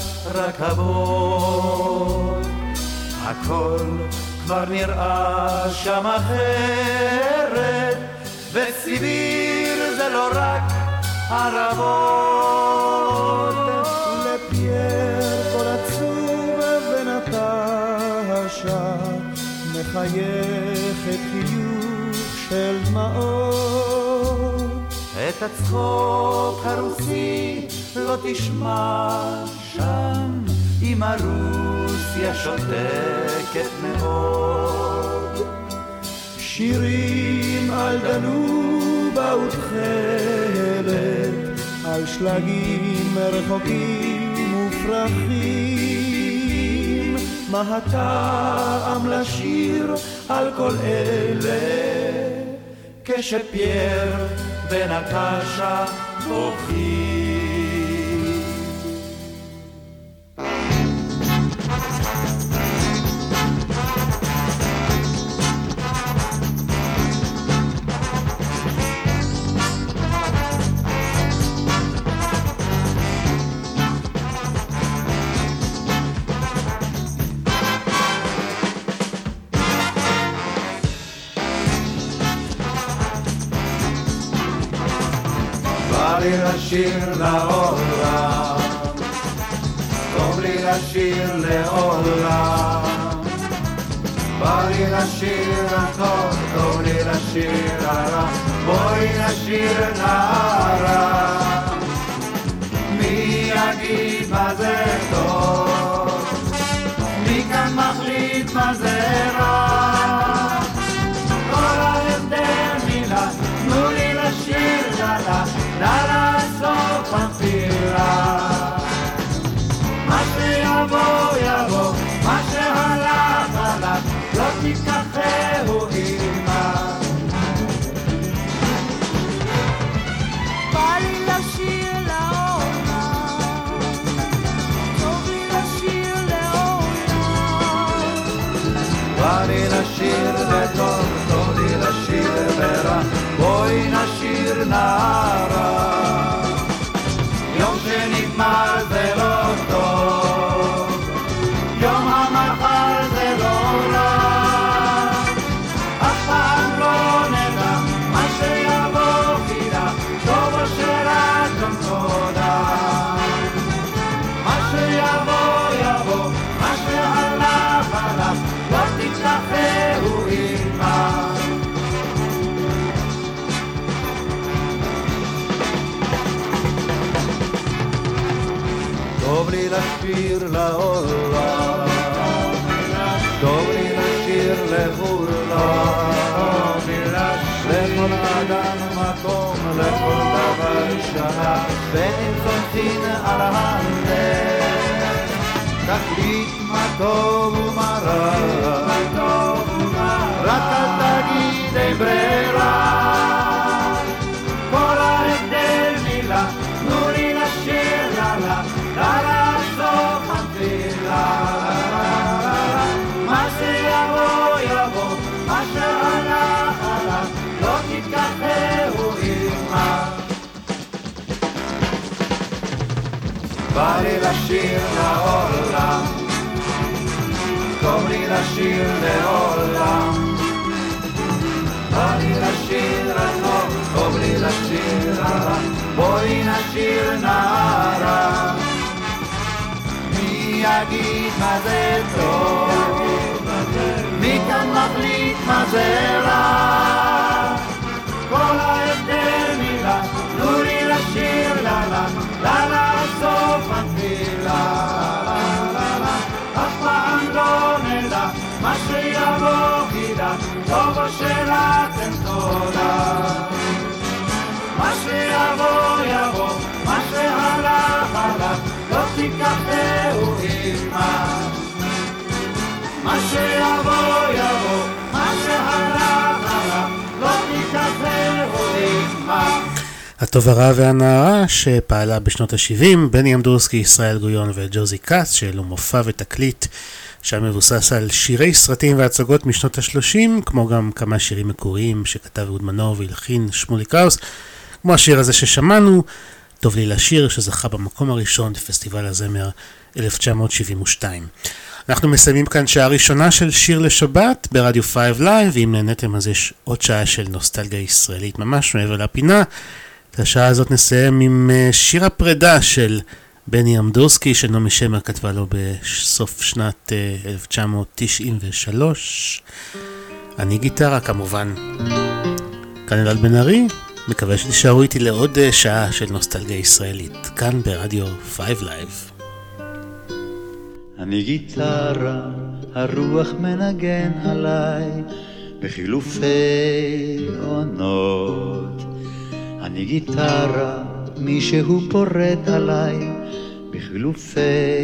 רכבות, הכל כבר נראה שם אחרת, וסיביר זה לא רק ערבות. לפייר כל עצוב ונטשה מחייכת חיוך של דמעות, את הצחוק הרוסי לא תשמע שם, אם הרוסיה שותקת מאוד. שירים על דנובה ותכלת, על שלגים רחוקים ופרחים. מה הטעם לשיר על כל אלה, כשפייר ונטשה בוכים. לשיר לעולם, טוב לי לשיר לעולם, בא לי לשיר הטוב, טוב לי לשיר הרע, בואי נשיר נערה. מי יגיד מה זה טוב, מי כאן מחליט מה זה רע, כל ההבדל מילה, תנו לי לשיר לה לעשות פנפירה. מה שיבוא יבוא, מה שהלך הלך, לא תיקחהו אימה. בא לי לשיר לעולם, טוב לי לשיר לעולם, בא לי לשיר לטוב, טוב לי לשיר לרע, בואי נשיר נערה. יום שנגמר זה לא טוב, יום המחר זה לא רע, אף פעם לא נדע מה שיבוא חידה, טוב או שרק גם תודה. מה שיבוא יבוא, מה שהלך הלך, לא תשכחהו עימה. טוב לי לשיר לעולם, טוב לי לשיר לכולם, לכל אדם מקום, לכל דבר שנה, בין אם צונחין על הנר, תחליט מה טוב ומה רע, רק אל תגיד אין ברירה. כל ההבדל מילה, תנו לי לשיר לה לעשות חמפילה. מה שיבוא יבוא, מה שהלך הלך, לא תתכחהו עימה. בא לי לשיר לעולם, טוב לי לשיר לעולם, בא לי לשיר לטוב, טוב לי לשיר לרע, בואי נשיר נערה. מי יגיד מה זה טוב, מי כאן מחליט מה זה רע, כל ההבדל מילה, תנו לי לשיר לה לעשות פנפילה. אף פעם לא נדע מה שיבוא חידה, טוב או שרק אין תודה. מה שיבוא יבוא, מה שהלך הלך, לא תיקחהו עימה. מה שיבוא יבוא, מה שהלך הלך, לא תיקחהו עימה. הטוב הרע והנערה שפעלה בשנות ה-70, בני אמדורסקי, ישראל גויון וג'וזי קאץ, שאלו מופע ותקליט שהיה מבוסס על שירי סרטים והצגות משנות ה-30, כמו גם כמה שירים מקוריים שכתב אהוד מנור והלחין שמולי קראוס, כמו השיר הזה ששמענו, טוב לי לשיר, שזכה במקום הראשון בפסטיבל הזמר 1972. אנחנו מסיימים כאן שעה ראשונה של שיר לשבת ברדיו 5 לייב, ואם נהנתם אז יש עוד שעה של נוסטלגיה ישראלית ממש מעבר לפינה. את השעה הזאת נסיים עם שיר הפרידה של בני אמדורסקי, שנעמי שמר כתבה לו בסוף שנת 1993. אני גיטרה כמובן. כאן אלעד בן ארי, מקווה שתישארו איתי לעוד שעה של נוסטלגיה ישראלית, כאן ברדיו 5 לייב. אני גיטרה, הרוח מנגן עליי, בחילופי עונות. אני גיטרה, מישהו פורט עליי, בחילופי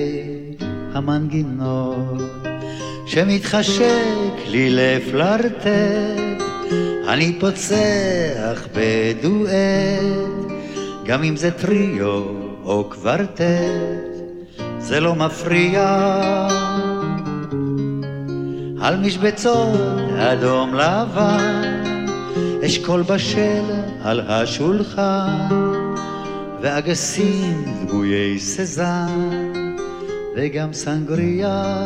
המנגינות. שמתחשק לי לפלרטט, אני פוצח בדואט, גם אם זה טריו או קוורטט, זה לא מפריע. על משבצות אדום לבן, אשכול בשל על השולחן, ואגסים דמויי סזן, וגם סנגריה.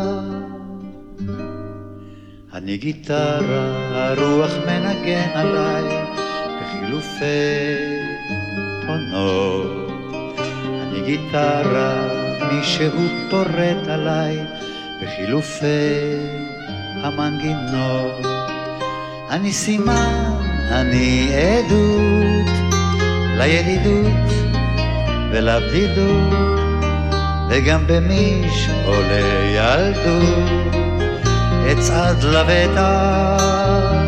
אני גיטרה, הרוח מנגן עליי, בחילופי עונות. אני גיטרה, מישהו פורט עליי, בחילופי המנגינות. אני סימן, אני עדות לידידות ולבדידות, וגם במשעולי ילדות אצעד לבטח.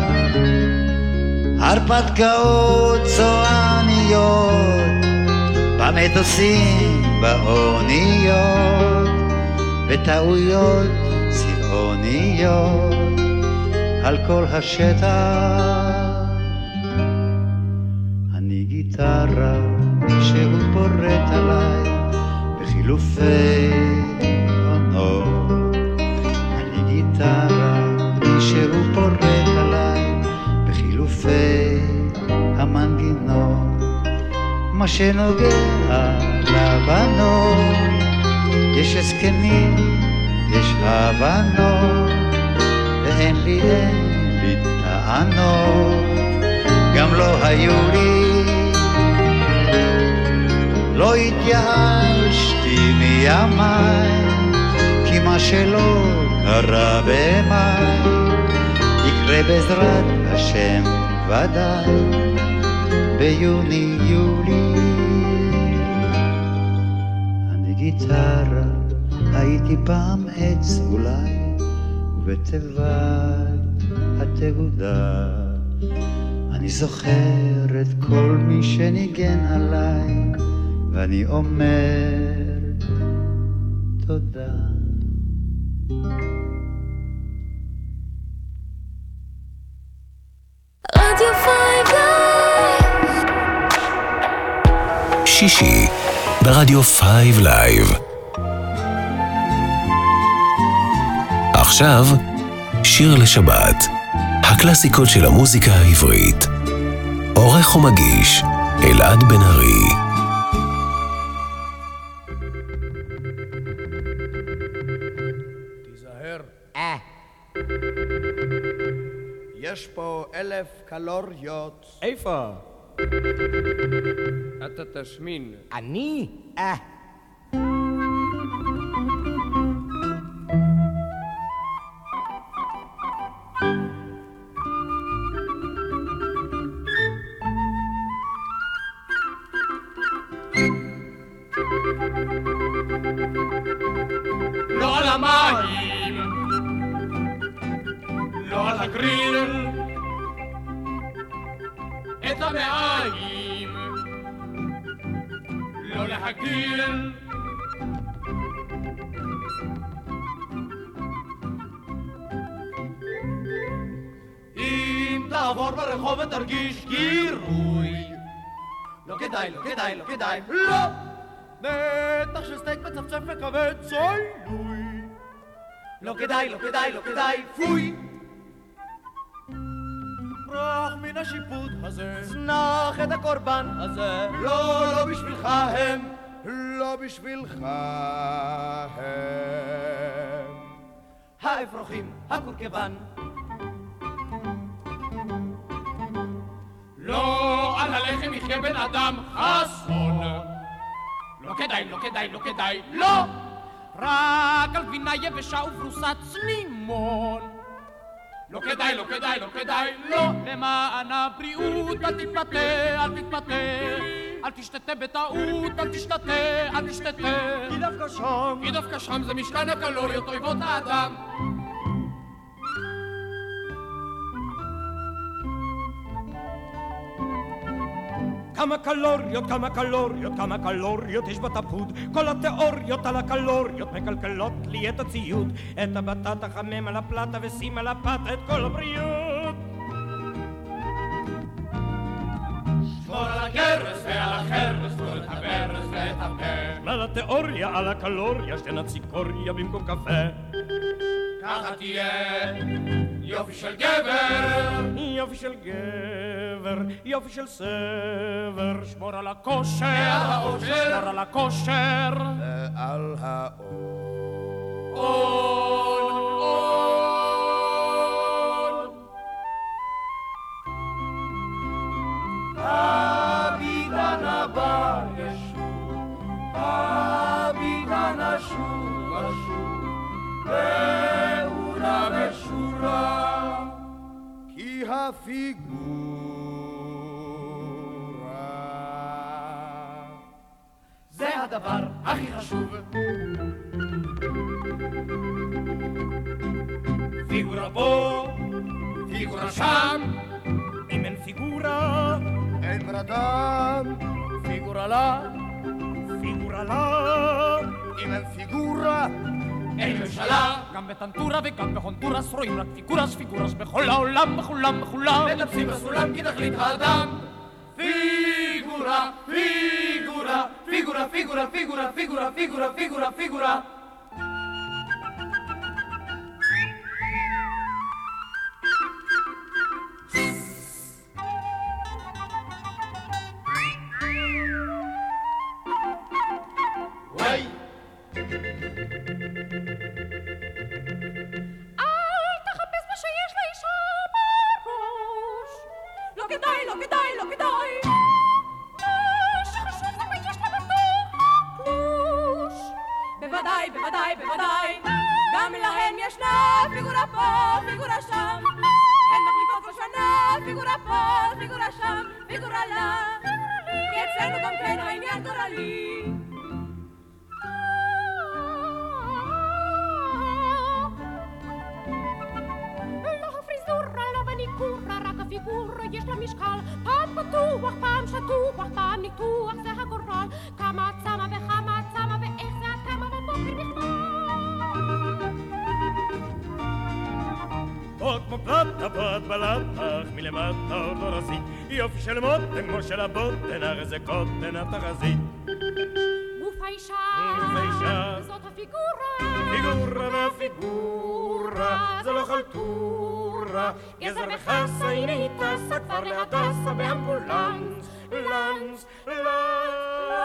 הרפתקאות צועניות במטוסים באוניות, וטעויות צבעוניות על כל השטח. אני גיטרה, מישהו פורט עליי, בחילופי עונות. אני גיטרה, מישהו פורט עליי, בחילופי המנגינות. מה שנוגע לבנות, יש הסכמים, יש הבנות, ואין לי טענות, גם לא היו לי. לא התייאשתי מימיי, כי מה שלא קרה במאי יקרה בעזרת השם ודאי ביוני יולי. אני גיטרה, הייתי פעם עץ אולי, ובתיבת התהודה אני זוכר את כל מי שניגן עליי, ואני אומר תודה. רדיו 5 לייב. שישי ברדיו 5 לייב. עכשיו שיר לשבת, הקלאסיקות של המוזיקה העברית. עורך ומגיש אלעד בן ארי. תיזהר. יש פה 1000 קלוריות. איפה? אתה תשמין. אני? לא על המים, לא על הגריל, את המעיים, לא להגיל. אם תעבור ברחוב ותרגיש גירוי, לא כדאי, לא כדאי, לא כדאי, לא! בטח שסטייק מצפצף וכבד צוינוי, לא כדאי, לא כדאי, לא כדאי, פוי! ברח מן השיפוט הזה, זנח את הקורבן הזה, לא, לא בשבילך הם, לא בשבילך הם. האפרוחים, הקורקבן, לא על הלחם יחיה בן אדם חסון, לא כדאי, לא כדאי, לא כדאי, לא! רק על גבינה יבשה ופרוסת לימון, לא כדאי, לא כדאי, לא כדאי, לא! למען הבריאות אל תתפתה, אל תתפתה, אל תשתתה בטעות, אל תשתתה, אל תשתתה, כי דווקא שם, כי דווקא שם זה משכן הקלוריות אויבות האדם. כמה קלוריות, כמה קלוריות, כמה קלוריות יש בתפוד. כל התיאוריות על הקלוריות מקלקלות לי את הציוד. את הבטטה חמם על הפלטה ושים על הפטה את כל הבריאות. שמור על הכרס ועל החרס, שמור את הברס ואת הפה. על התיאוריה, על הקלוריה, שתנה ציקוריה במקום קפה. ככה תהיה יופי של גבר, יופי של גבר, יופי של סבר. שמור על הכושר, ועל האושר, שמור על הכושר ועל האור. הביטן הבא ישוב, הביטן אשוב אשוב, פעולה ושורה, כי הפיגורה זה הדבר הכי חשוב. פיגורה פה, פיגורה שם, אם אין פיגורה אין ברדם, פיגורה לה, פיגורה לה. אם אין פיגורה אין ממשלה. גם בטנטורה וגם בהונדורס רואים רק פיגורס, פיגורס בכל העולם, בכולם, בכולם. מטפסים בסולם כי תכלית האדם. פיגורה, פיגורה, פיגורה, פיגורה, פיגורה, פיגורה, פיגורה, פיגורה, פיגורה. וואי! אל תחפש מה שיש לאישה בראש. לא כדאי, לא כדאי, לא כדאי. מה שחשוב זה מה יש לה בתוך הקלוש. בוודאי, בוודאי, בוודאי. גם להן ישנה פיגורה פה, פיגורה שם. הן מחליפות כל שנה, פיגורה פה, פיגורה שם, פיגורה לה. כי אצלנו גם כן העניין גורלי. רק הפיגורה יש לה משקל, פעם פתוח, פעם שטוח, פעם ניתוח, זה הגורל. כמה את שמה וכמה את שמה ואיך זה את קמה בבוקר בכלל. פה כמו פלטה, פה את בלטה, אך מלמטה עוד לא רזית. יופי של מותן כמו של הבוטן, הרי זה קוטן התחזית. גוף האישה, גוף האישה, זאת הפיגורה. פיגורה והפיגורה, זה לא חלטורה. גזר וחסה, הנה היא טסה כבר להדסה באמבולנס. לנס, לנס.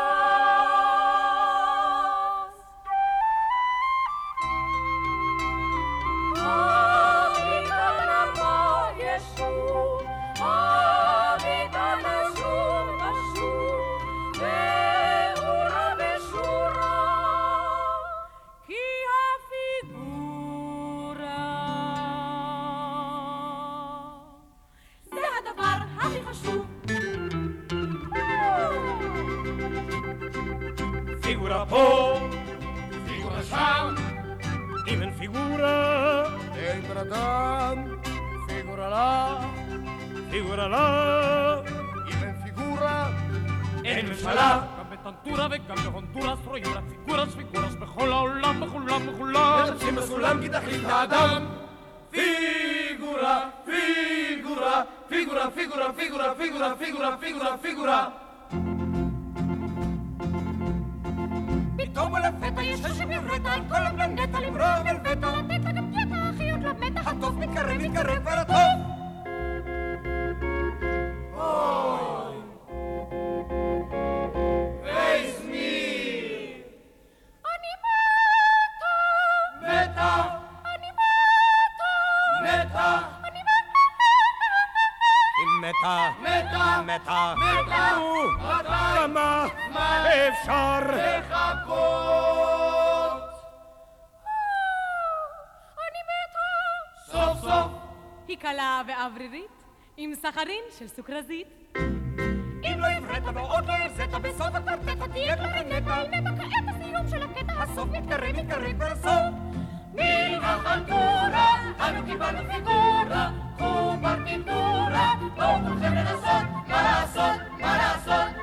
הביטן הבא ישוב, הביטן אשוב אשוב, פעולה ושורה, כי הפיגורה זה הדבר הכי חשוב. פיגורה פה, פיגורה שם, אם אין פיגורה אין ברדם, פיגורה לה, פיגורה לה. אם אין פיגורה אין ממשלה. גם בטנטורה וגם בהונדורס רואים רק פיגורס, פיגורס בכל העולם, בכולם, בכולם. מטפסים בסולם כי תכלית האדם. פיגורה, פיגורה, פיגורה, פיגורה, פיגורה, פיגורה, פיגורה, פיגורה, פיגורה. פתאום ולפתע יש שברטה על כל הפלנטה למרוב אל בטה, לתת לה גם קטע החיות למתח. הטוב מתקרב, מתקרב כבר הטוב. אוי! Face me! אני מתה! מתה! אני מתה! מתה! אני מתה! היא מתה, מתה! מתה, מתה! מתי? כמה אפשר לחכות? אני מתה! סוף סוף! היא קלה ואוורירית עם סחרין של סוכרזית. אם לא הבראת ועוד לא הרזית בסוף הקורטטה תהיה קלנטה. הנה כעת הסיום של הקטע, הסוף מתקרב, מתקרב והסוף. מן החלטורה, אנו קיבלנו פיגורה, קחו פרטיטורה, בואו כולכם לנסות, מה לעשות, מה לעשות.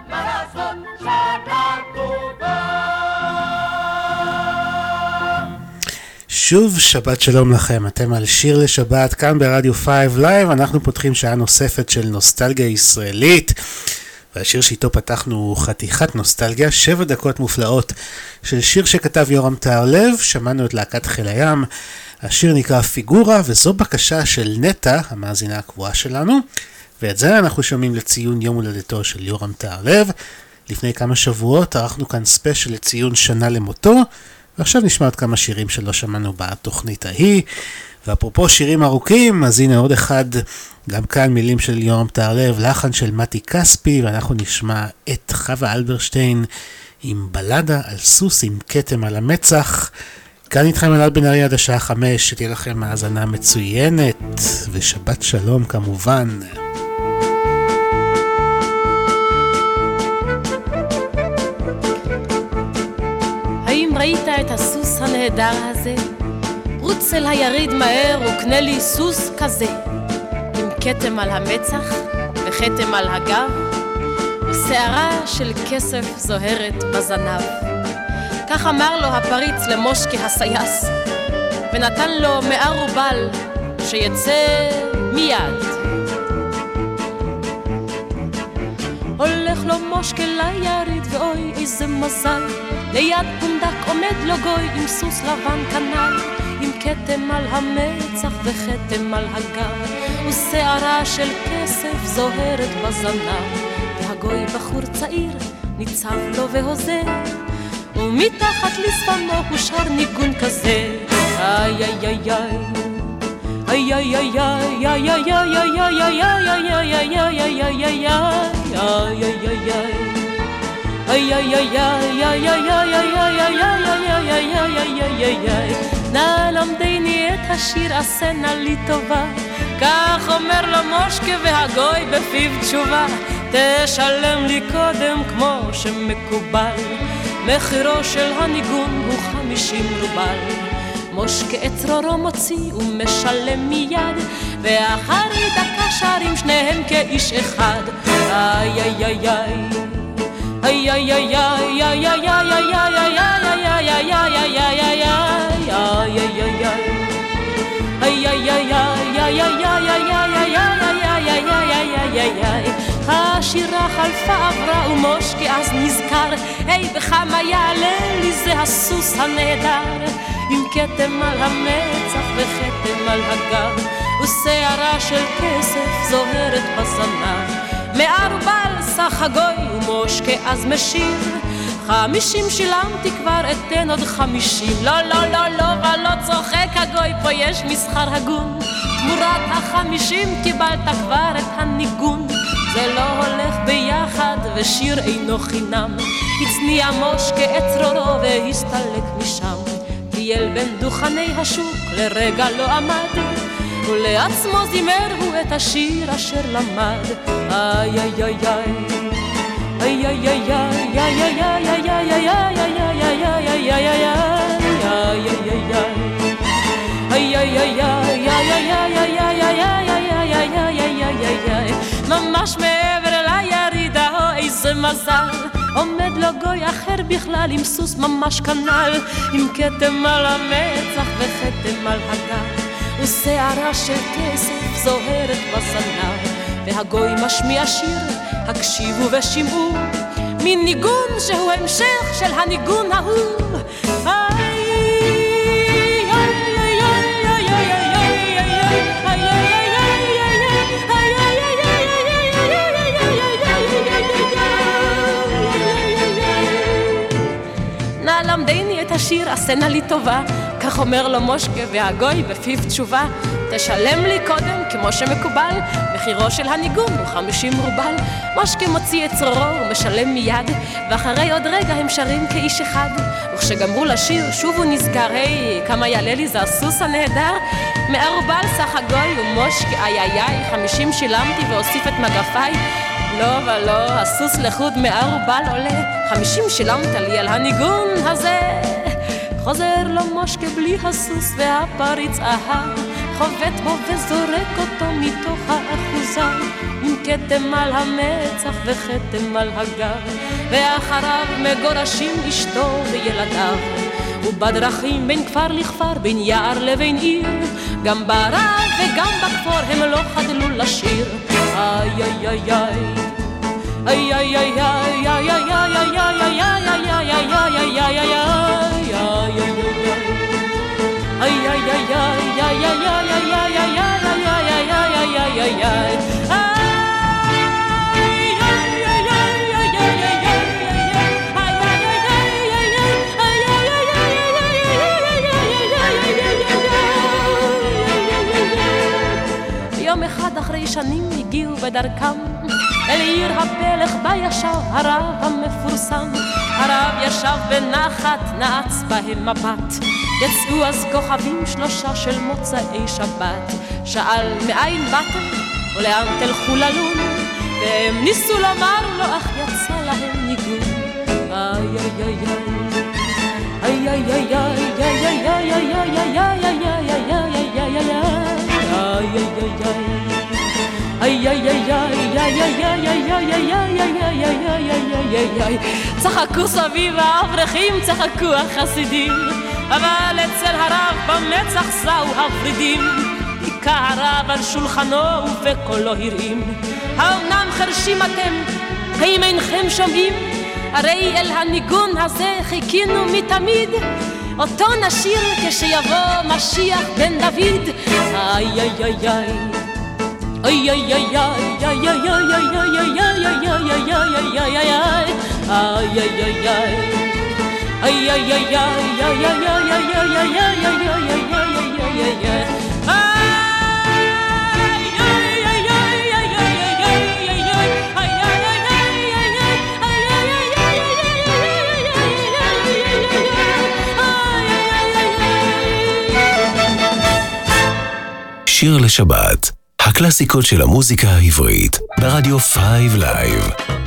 שוב שבת שלום לכם, אתם על שיר לשבת כאן ברדיו 5 לייב. אנחנו פותחים שעה נוספת של נוסטלגיה ישראלית, והשיר שאיתו פתחנו חתיכת נוסטלגיה, 7 דקות מופלאות של שיר שכתב יורם טהרלב. שמענו את להקת חיל הים, השיר נקרא פיגורה, וזו בקשה של נטה, המאזינה הקבועה שלנו, ואת זה אנחנו שומעים לציון יום הולדתו של יורם טהרלב. לפני כמה שבועות ערכנו כאן ספיישל לציון שנה למותו, ועכשיו נשמע עוד כמה שירים שלא שמענו בתוכנית ההיא. ואפרופו שירים ארוכים, אז הנה עוד אחד, גם כאן מילים של יורם טהרלב, לחן של מתי כספי, ואנחנו נשמע את חווה אלברשטיין עם בלדה על סוס עם כתם על המצח. כאן איתכם אלעד בן ארי עד השעה 5, שתהיה לכם האזנה מצוינת, ושבת שלום כמובן. האם ראית את הסוס הנהדר הזה? רוץ אל היריד מהר וקנה לי סוס כזה, עם כתם על המצח וכתם על הגב, ושערה של כסף זוהרת בזנב. כך אמר לו הפריץ למושקי הסייס, ונתן לו 100 רובל שיצא מיד. הולך לו מושקי ליריד, ואוי איזה מזל, ליד פונדק עומד לו גוי עם סוס לבן כנל, עם כתם על המצח וכתם על הגב, ושערה של כסף זוהרת בזנב. והגוי בחור צעיר ניצב לו והוזר, ומתחת לשפנו הוא שר ניגון כזה, איי איי איי איי איי איי איי איי איי איי. נא למדני את השיר, עשה נא לי טובה, כך אומר לו מושקה והגוי בפיו תשובה. תשלם לי קודם כמו שמקובל, מחירו של הניגון הוא 50 רובל. מושקה את צרורו מוציא ומשלם מיד, ואחרי דקה שרים שניהם כאיש אחד, איי איי איי איי איי איי איי איי איי איי. השירה חלפה עברה ומושקי אז נזכר, היי בכמה יעלה לי זה הסוס הנהדר, עם כתם על המצח וכתם על הגב, ושערה של כסף זוהרת בזנב. 100 רובל סך הגוי ומושקי אז משיר, 50 שילמתי כבר, אתן עוד 50. לא לא לא לא ולא צוחק הגוי, פה יש מסחר הגון, תמורת 50 קיבלת כבר את הניגון. זה לא הולך ביחד ושיר אינו חינם, הצניע מושקה את צרורו והסתלק משם. טייל בין דוכני השוק לרגע לא עמד, ולעצמו זימר הוא את השיר אשר למד. איי איי איי איי איי איי איי. ממש מעבר אל הירידה, איזה מזל, עומד לו גוי אחר בכלל עם סוס ממש כנל, עם כתם על המצח וכתם על הגב, ושערה של כסף זוהרת בזנב. והגוי משמיע שיר, הקשיבו ושמעו, מין ניגון שהוא המשך של הניגון ההוא. למדני את השיר, עשה נא לי טובה, כך אומר לו מושקה והגוי בפיו תשובה. תשלם לי קודם כמו שמקובל, מחירו של הניגון הוא 50 רובל. מושקה מוציא את צרורו ומשלם מיד, ואחרי עוד רגע הם שרים כאיש אחד. וכשגמרו לשיר שוב הוא נזכר, היי כמה יעלה לי זה הסוס הנהדר. 100 רובל סך הגוי ומושקה איי איי איי, 50 שילמתי והוסיף את מגפיי. לא ולא, הסוס לחוד 100 רובל עולה, 50 שילמת לי על הניגון הזה. חוזר לו מושקה בלי הסוס והפריץ אהב, חובט בו וזורק אותו מתוך האחוזה, עם כתם על המצח וכתם על הגב, ואחריו מגורשים אשתו וילדיו. ובדרכים בין כפר לכפר, בין יער לבין עיר, גם בערב וגם בכפור הם לא חדלו לשיר. איי איי איי איי איי איי איי יום אחד אחרי שנים הגיעו בדרכם אל עיר הפלך בה ישב הרב המפורסם. הרב ישב בנחת, נעץ בהם מבט. יצאו אז כוכבים שלושה של מוצאי שבת. שאל מאין באתם ולאן תלכו ללון, והם ניסו לומר לו אך יצא להם ניגון. איי איי איי איי איי איי איי איי איי איי צחקו סביב האברכים, צחקו החסידים, אבל אצל הרב במצח זהו הפרידים. היכה הרב על שולחנו ובקולו הרעים, האומנם חרשים אתם? האם אינכם שומעים? הרי אל הניגון הזה חיכינו מתמיד, אותו נשיר כשיבוא משיח בן דוד. איי איי איי איי איי איי איי איי שיר לשבת, הקלאסיקות של המוזיקה העברית, ברדיו 5 לייב.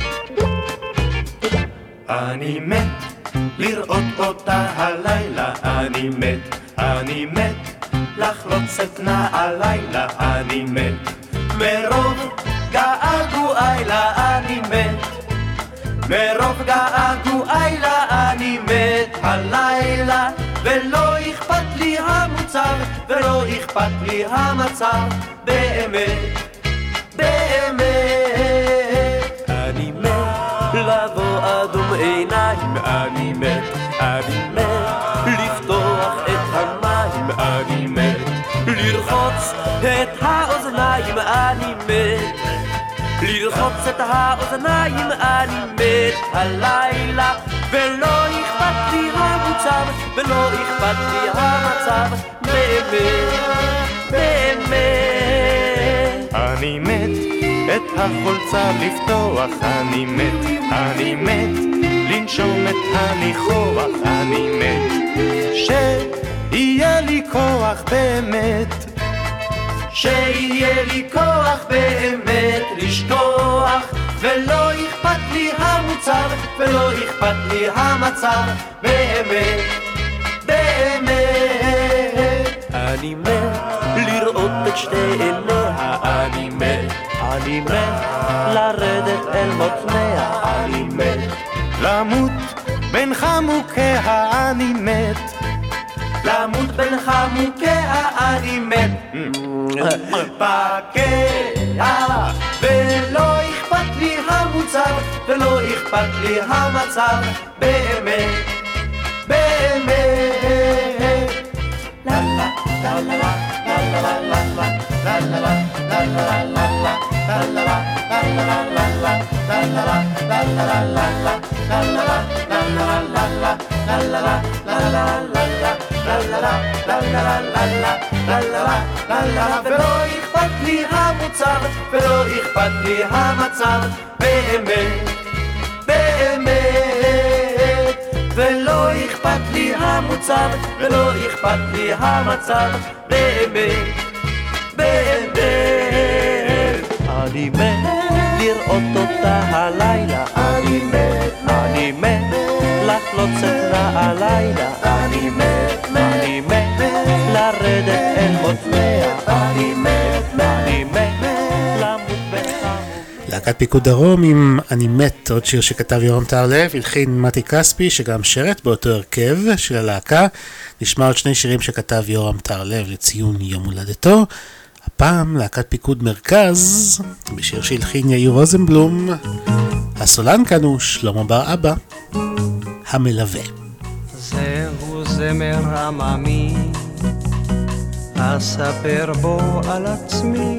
אני מת לראות אותה הלילה, אני מת לחלוץ את נעלילה, אני מת מרוב געגועי לה, אני מת מרוב געגועי לה, אני מת הלילה, ולא אכפת לי המוצר, ולא אכפת לי המצב, באמת, באמת. אני מת לבוא אדום עיניים, אני מת לפתוח את המים, אני מת לרחוץ את האוזניים, אני מת לרחוץ את האוזניים, אני מת הלילה, ולא אכפת לי המוצר, ולא אכפת לי המצב, באמת, באמת. אני מת את החולצה לפתוח, אני מת לנשום את הניחוח, אני מת שיהיה לי כוח באמת, שיהיה לי כוח באמת לשכוח, ולא אכפת לי המוצר, ולא אכפת לי המצב, באמת, באמת. אני מת לראות את שתי עיניה, אני מת לרדת אל מותניה, אני מת למות בין חמוקיה, אני מת למות בין חמוקיה, אני מת פקע, ולא אכפת לי המוצר, ולא אכפת לי המצב, באמת, באמת. לה לה לה לה לה לה לה לה לה ולא אכפת לי המוצר, ולא אכפת לי המצב, באמת, באמת. ולא אכפת לי המוצר, ולא אכפת לי המצב, באמת, באמת. אני מת לראות אותה הלילה, אני מת לחלוץ את נעלילה, אני מת לרדת אל מותניה, אני מת למות בחמוק. להקת פיקוד דרום עם אני מת, עוד שיר שכתב יורם טהרלב, הלחין מתי כספי שגם שרת באותו הרכב של הלהקה. נשמע עוד שני שירים שכתב יורם טהרלב לציון יום הולדתו. הפעם להקת פיקוד מרכז בשיר שהלחין יאיר רוזנבלום. הסולן כאן הוא שלמה בר אבא, המלווה. זהו זמר עממי, אספר בו על עצמי,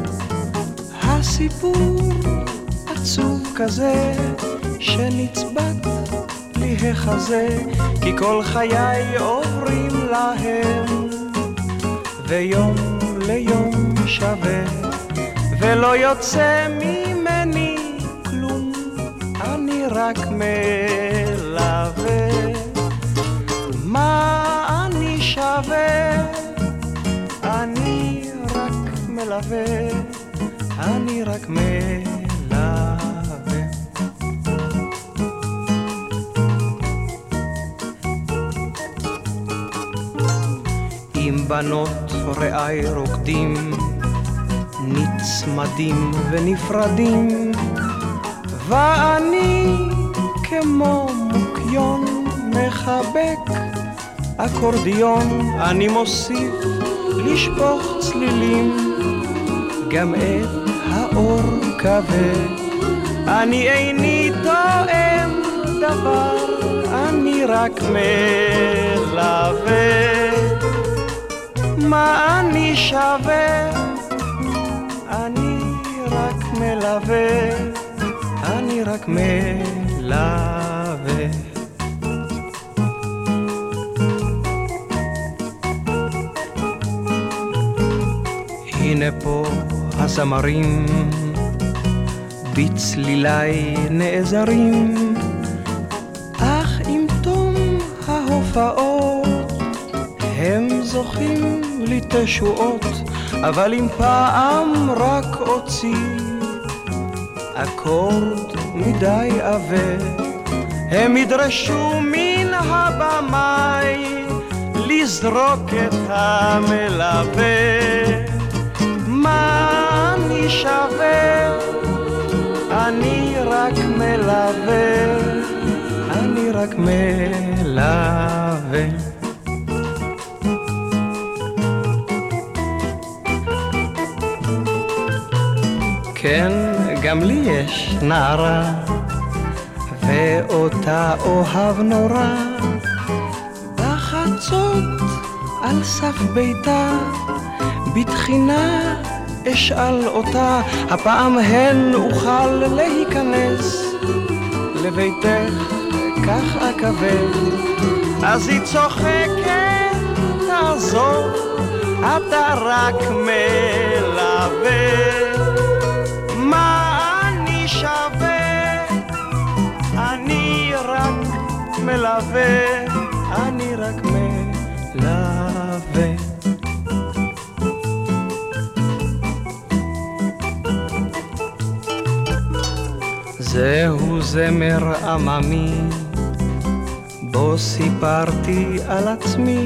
הסיפור עצוב כזה שנצבט לי החזה, כי כל חיי עוברים להם ויום ליום שווה, ולא יוצא ממני כלום, אני רק מלווה. מה אני שווה? אני רק מלווה, אני רק מלווה. עם בנות רעי רוקדים, נצמדים ונפרדים, ואני כמו מוקיון מחבק אקורדיון, אני מוסיף לשפוך צלילים, גם את האור כבד. אני איני תואם דבר, אני רק מלווה. מה אני שווה? אני רק מלווה, אני רק מלווה. הנה פה הזמרים בצלילי נעזרים, אך עם תום ההופעות הם זוכים לי תשועות, אבל אם פעם רק הוציא אקורד מדי עבה, הם ידרשו מן הבמאי לזרוק את המלווה. מה אני שווה? אני רק מלווה, אני רק מלווה. כן, גם לי יש נערה, ואותה אוהב נורא. בחצות על סף ביתה, בתחינה אשאל אותה, הפעם הן אוכל להיכנס לביתך, כך אקבל. אז היא צוחקת, תעזוב, אתה רק מלווה. מה אני שווה? אני רק מלווה, אני רק מלווה. זהו זמר עממי, בו סיפרתי על עצמי,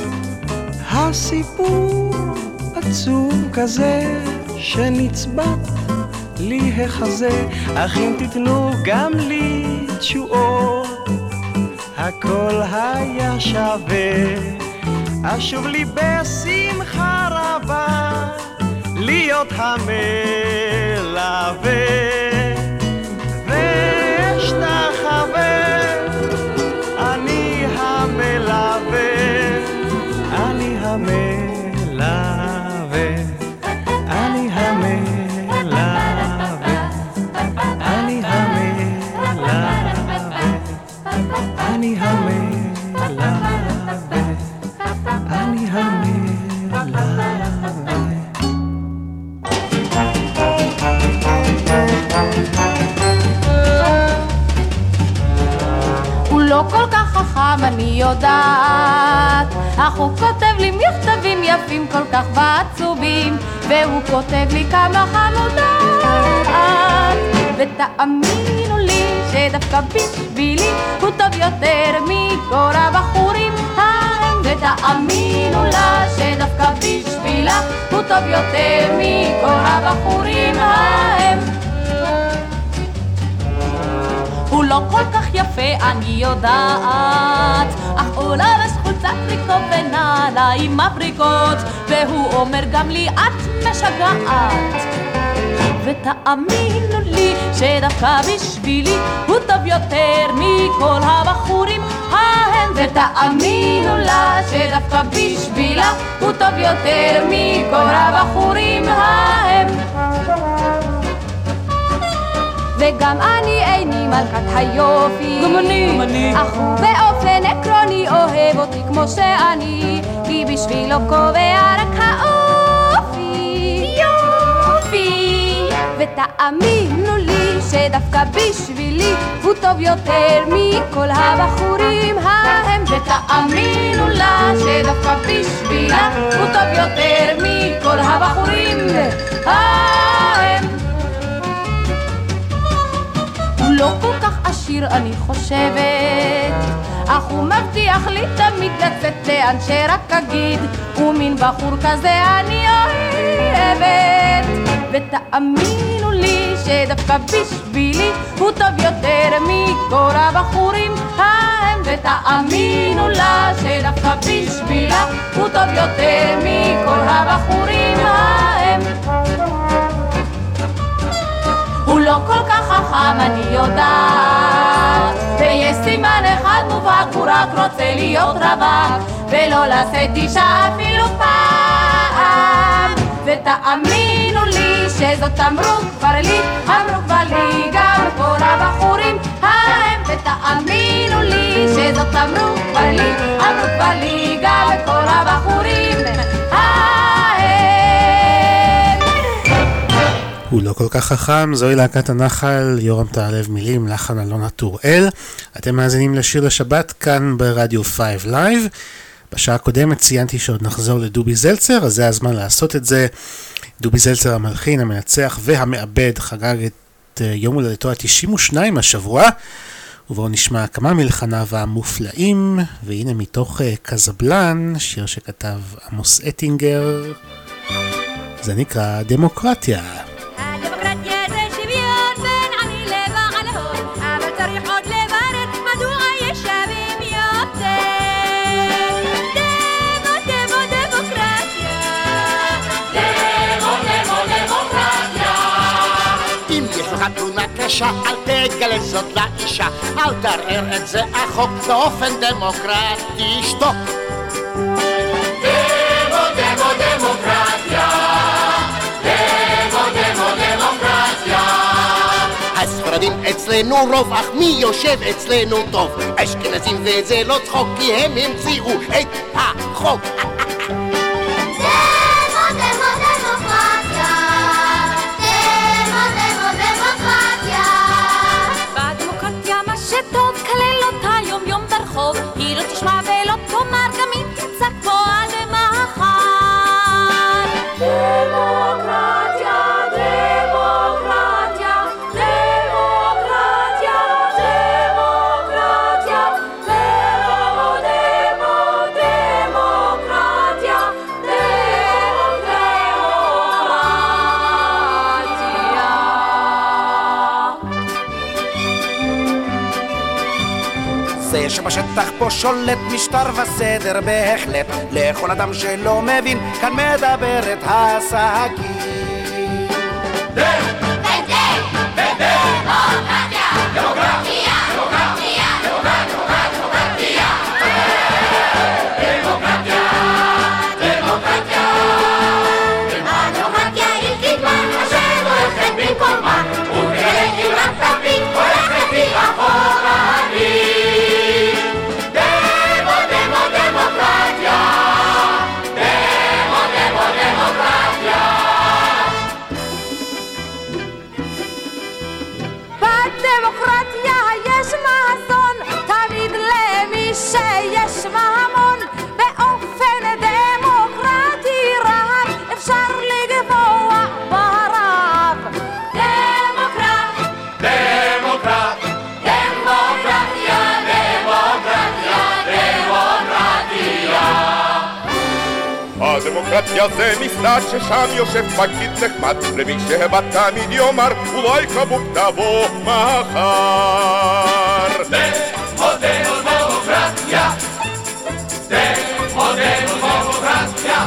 הסיפור עצוב כזה שנצבט לי החזה, אך אם תיתנו גם לי תשועות, הכל היה שווה. אשוב לי בשמחה רבה להיות המלווה, ואשתחווה, אני המלווה, אני המלווה, אני המלווה, אני המלווה, אני המלווה, אני המלווה. הוא לא כל כך חכם, אני יודעת, אך הוא כותב לי מכתבים יפים כל כך ועצובים, והוא כותב לי כמה חמודות, ותאמינו לי שדווקא בשבילי הוא טוב יותר מכל הבחורים ההם, ותאמינו לה שדווקא בשבילה הוא טוב יותר מכל הבחורים ההם. לא כל כך יפה אני יודעת, אך עולה חולצת טריקו ונעליים מבריקות, והוא אומר גם לי את משגעת. ותאמינו לי שדווקא בשבילי הוא טוב יותר מכל הבחורים ההם. ותאמינו לה שדווקא בשבילה הוא טוב יותר מכל הבחורים ההם. וגם אני איני מלכת היופי, גם אני, אך הוא באופן עקרוני אוהב אותי כמו שאני, כי בשבילו קובע רק האופי. יופי. ותאמינו לי שדווקא בשבילי הוא טוב יותר מכל הבחורים ההם. ותאמינו לה שדווקא בשבילה הוא טוב יותר מכל הבחורים ההם. הוא לא כל כך עשיר אני חושבת, אך הוא מבטיח לי תמיד לצאת לאן שרק אגיד, ומין בחור כזה אני אוהבת. ותאמינו לי שדווקא בשבילי הוא טוב יותר מכל הבחורים ההם. ותאמינו לה שדווקא בשבילה הוא טוב יותר מכל הבחורים ההם. הוא לא כל כך חכם אני יודעת, ויש סימן אחד מובהק, הוא רק רוצה להיות רווק ולא לשאת אישה אפילו פעם. ותאמינו לי שזאת אמרו כבר לי, אמרו כבר לי גם כל הבחורים ההם. ותאמינו לי שזאת אמרו כבר לי, אמרו כבר לי גם כל הבחורים ההם. הוא לא כל כך חכם, זוהי להקת הנחל, יורם תעלב מילים, לחן אלונה טוראל. אתם מאזינים לשיר לשבת כאן ברדיו 5 לייב. בשעה הקודמת ציינתי שעוד נחזור לדובי זלצר, אז זה הזמן לעשות את זה. דובי זלצר המלחין, המנצח והמעבד חגג את יום הולדתו ה-92 השבוע, ובואו נשמע כמה מלחניו המופלאים, והנה מתוך קזבלן, שיר שכתב עמוס אטינגר, זה נקרא דמוקרטיה. הדמוקרטיה זה שוויון בין עני לבעל הון, אבל צריך עוד לברר מדוע יש שווים יותר. דמוקרטיה, דמוקרטיה. אם יש לך תלונה קשה אל תגלה זאת לאישה, אל תערער את זה החוק באופן דמוקרטי, שתוק. דמוקרטיה, דמוקרטיה. הספרדים אצלנו רוב, אך מי יושב אצלנו טוב? אשכנזים וזה לא צחוק, כי הם המציאו את החוק. בדמוקרטיה מה שטוב כלל אותה יום יום ברחוב, היא לא תשמע ולא תאמר גם אם תצעק פה עד מחר. דמוקרטיה, דמוקרטיה, דמוקרטיה, דמוקרטיה, דמוקרטיה, זה שבשטח פה שולט משטר וסדר בהחלט, לכל אדם שלא מבין כאן מדברת השגיא. שיש מהמון באופן דמוקרטי רק אפשר לגבוע ברב. דמוקרט, דמוקרט, דמוקרטיה, דמוקרטיה, דמוקרטיה. הדמוקרטיה זה מפלט ששם יושב פקיד נחמד, למי שהבא תמיד יאמר אולי כבוק תבוא מחר. דמו דמוקרטיה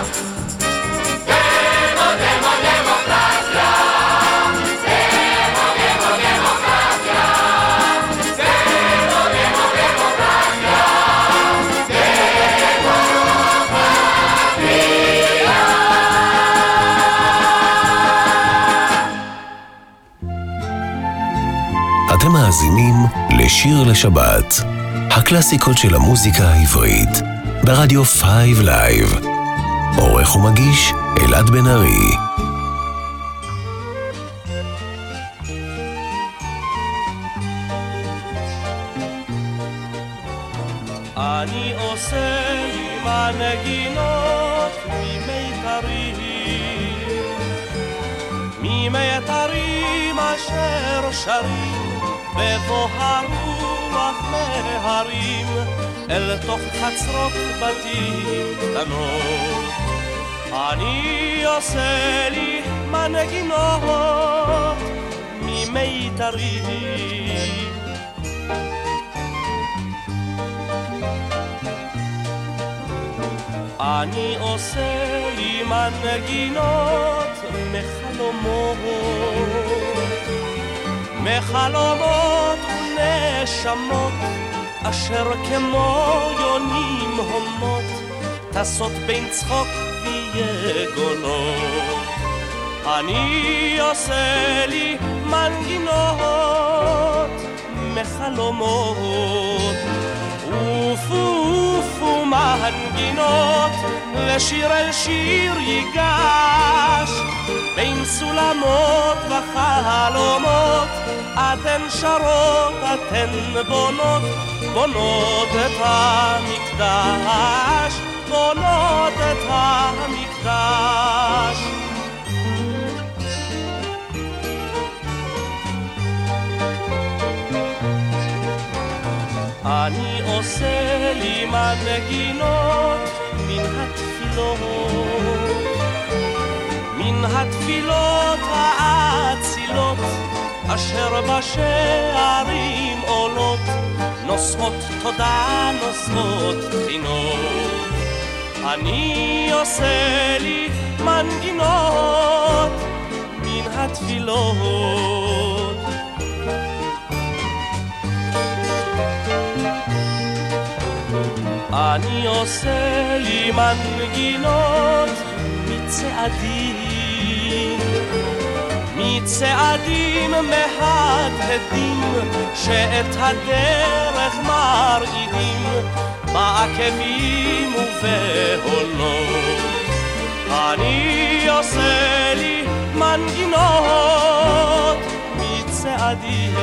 דמו דמוקרטיה אתם מאזינים לשיר לשבת, הקלאסיקות של המוזיקה העברית, ברדיו 5 לייב. עורך ומגיש אלעד בן ארי. אני עושה עם הנגינות ממיתרים אשר שרים בבוא הרוח מהרים אל תוך חצרות בתים קטנות. אני עושה לי מנגינות ממיתרים. אני עושה לי מנגינות מחלומות ונשמות אשר כמו יונים הומות טסות בין צחוק ויגונות. אני עושה לי מנגינות מחלומות ופו מנגינות ושיר אל שיר ייגש בין סולמות וחלומות. אתן שרות, אתן בונות את המקדש, בונות את המקדש. אני עושה לי מנגינות מן התפילות האצילות אשר בשערים עולות, נושאות תודה, נושאות תחינות. אני עושה לי מנגינות מן התפילות. אני עושה לי מנגינות מצעדים מהדהדים שאת הדרך מרעידים בעקבים ובהולות. אני עושה לי מנגינות מצעדים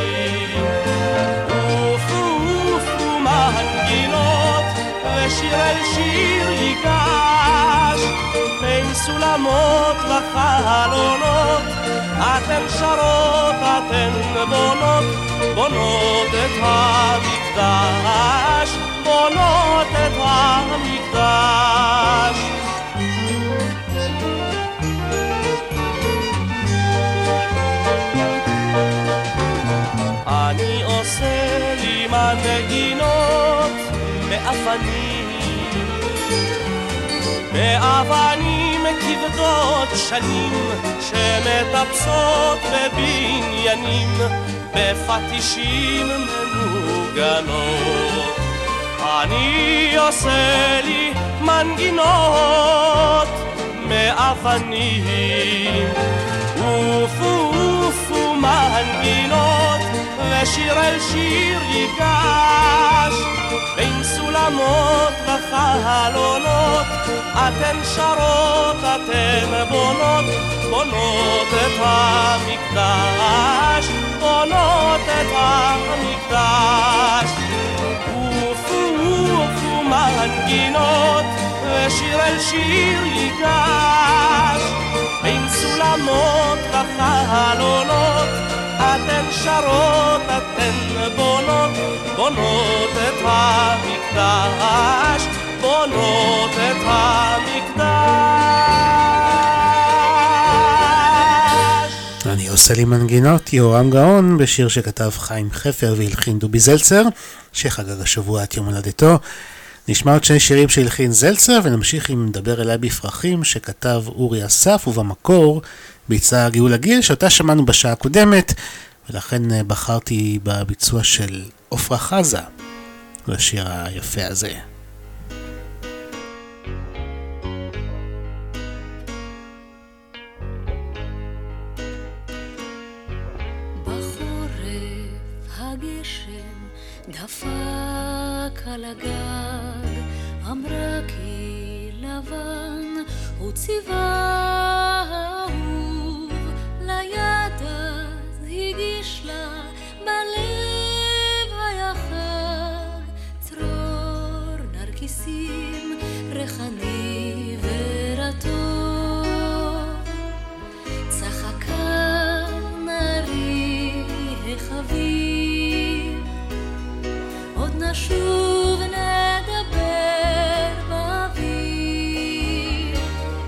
ופו מנגינות ושיר אל שיר ייגש בין סולמות וחלונות. אתן שרות, אתן בונות את המקדש, בונות את המקדש. אני עושה לי מנגינות מאבנים כבדות שנים שמטפסות בבניינים בפטישים מנוגנות. אני עושה לי מנגינות מאבנים ופו מנגינות ושיר אל שיר ייגש בין סולמות וחלונות. אתן שרות, אתן בונות את המקדש, בונות את המקדש. ופו מנגינות ושיר אל שיר ייגש בין סולמות וחלונות. אתן שרות, אתן בונות את המקדש, בונות את המקדש. אני עושה לי מנגינות, יהורם גאון, בשיר שכתב חיים חפר והלחין דובי זלצר, שחגג השבוע את יום הולדתו. נשמע עוד שני שירים שהלחין זלצר, ונמשיך עם מדבר אליי בפרחים שכתב אורי אסף, ובמקור ביצעה גאולה גיל שאותה שמענו בשעה הקודמת, ולכן בחרתי בביצוע של עופרה חזה לשיר היפה הזה. דפק על הגג, אמרה כי לבן הוא צבע אהוב, ליד אז הגיש לה בלב היה חג, צרור נרקיסים ריחני ורטוב, צחקה נערי החביב, עוד נשוב נדבר באוויר,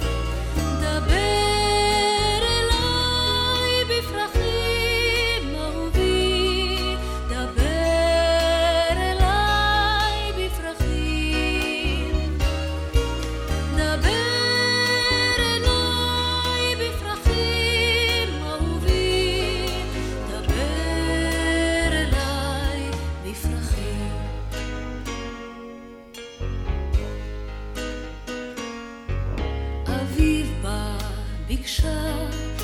דבר אליי בפרחים אהובי, דבר אליי בפרחים, דבר אליי בפרחים אהובי, דבר אליי בפרחים. אביב בא ביקשה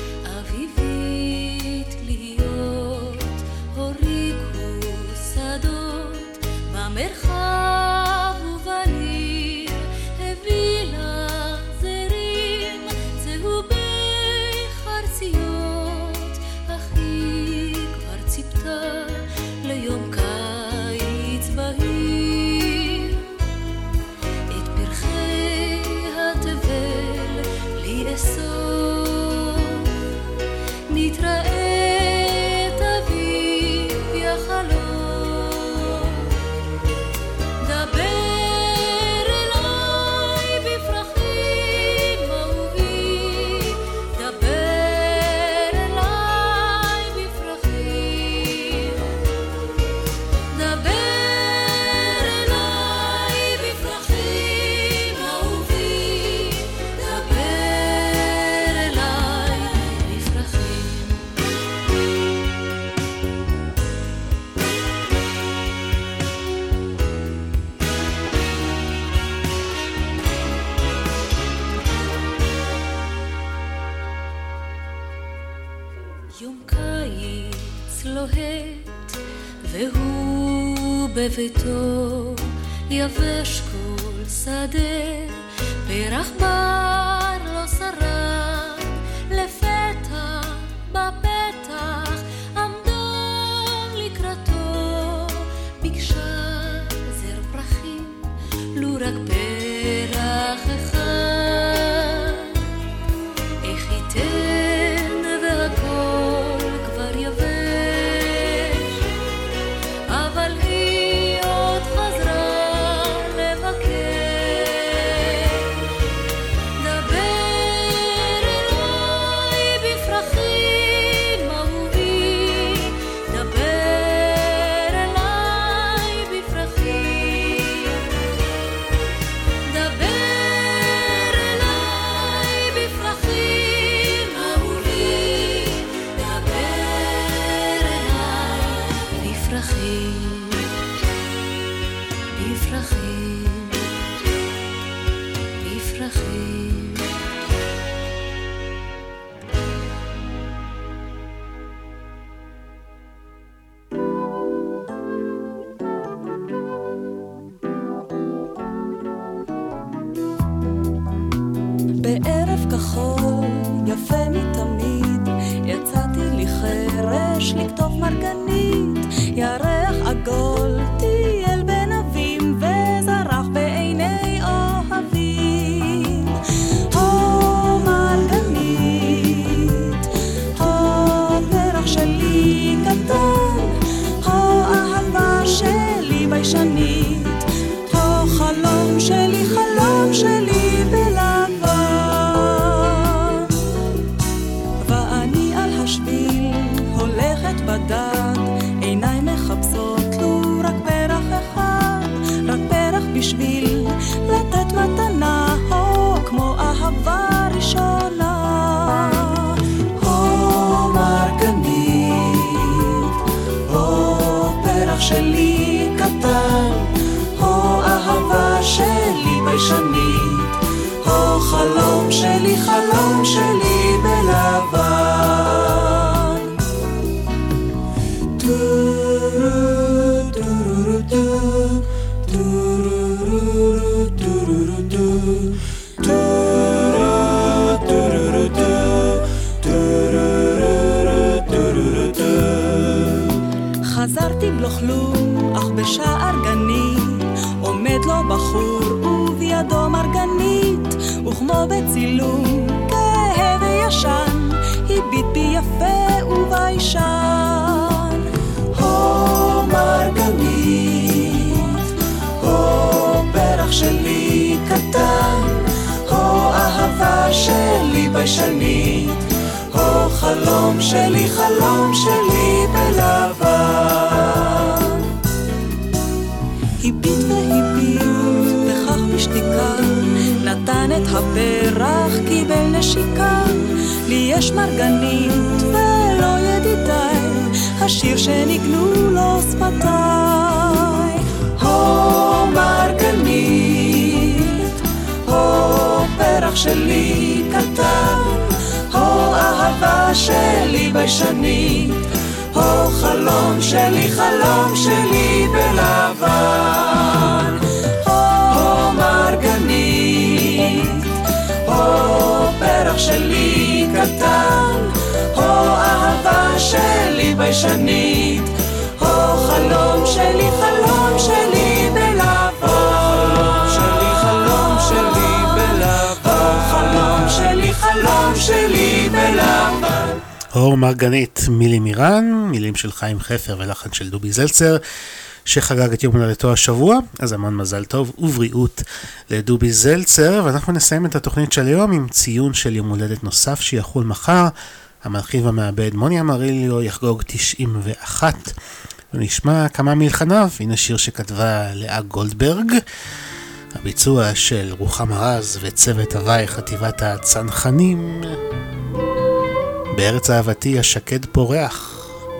אביבית להיות, הוריקו שדות במרחב ובניר, הביא לה זרים צהובי חרציות, אך היא כבר ציפתה ליום קיץ בהיר, את פרחי התבל לאסוף, נתראה את אביב יחלום, דבר אליי בפרחים אהובי, דבר אליי בפרחים, דבר אליי בפרחים אהובי, דבר אליי בפרחים. יום קיץ לוהט והוא בביתו, יבש כל שדה, פרח בר לא שרד, לפתע בפתח עמדה לקראתו, ביקשה זר פרחים, לו רק פרח אחד, איך ייתן והכל כבר יבש, אבל היא עוד חזרה לבקש, דבר אליי בפרחים אהובי, דבר אליי בפרחים, דבר אליי בפרחים אהובי, דבר אליי בפרחים, בפרחים, בפרחים. בערב כחול יפה מתמיד, יצאתי לי חרש לקטוף מרגנית, ירח עגול טייל בין אבים וזרח בעיני אוהבים. הו מרגנית, הו פרח שלי קטן, הו אהבה שלי ביישנית, הו חלום שלי, חלום שלי בלבן, ואני על השביל הולכת בדד, עיניי מחפשות לו רק פרח אחד, רק פרח בשביל שלי ביישנית, או חלום שלי, חלום שלי בלבן. טורו טורו טורו טורו טורו חזרתי בלא כלום, אך בשער גני עומד לו בחור ובידו מרגנית, וכמו בצילום כהה וישן הביט בי יפה וביישן. הו מרגנית, הו פרח שלי קטן, הו אהבה שלי ביישנית, הו חלום שלי, חלום שלי בלבן. הביט והביט בכך בשתיקה, נתן את הפרח, קיבל נשיקה. לי יש מרגנית ולא ידידיי, השיר שניגנו לו שפתיי. הו מרגנית, הו פרח שלי קטן, הו אהבה שלי ביישנית, הו חלום שלי, חלום שלי בלבן. הו מרגנית, הו פרח שלי קטן, הו אהבה שלי ביישנית, הו חלום שלי, חלום שלי בלבן. שלי, חלום שלי בלבן, חלום שלי, חלום שלי בלבן. אור מרגנית, מילי מירן, מילים של חיים חפר ולחן של דובי זלצר, שחגג את יום הולדתו השבוע, אז המון מזל טוב ובריאות לדובי זלצר. ואנחנו נסיים את התוכנית של היום עם ציון של יום הולדת נוסף שיחול מחר. המלחין והמעבד מוני אמריליו יחגוג 91, ונשמע כמה מלחניו. הנה שיר שכתבה לאה גולדברג, הביצוע של רוחמה רז וצוות הוואי חטיבת הצנחנים. בארץ אהבתי השקד פורח.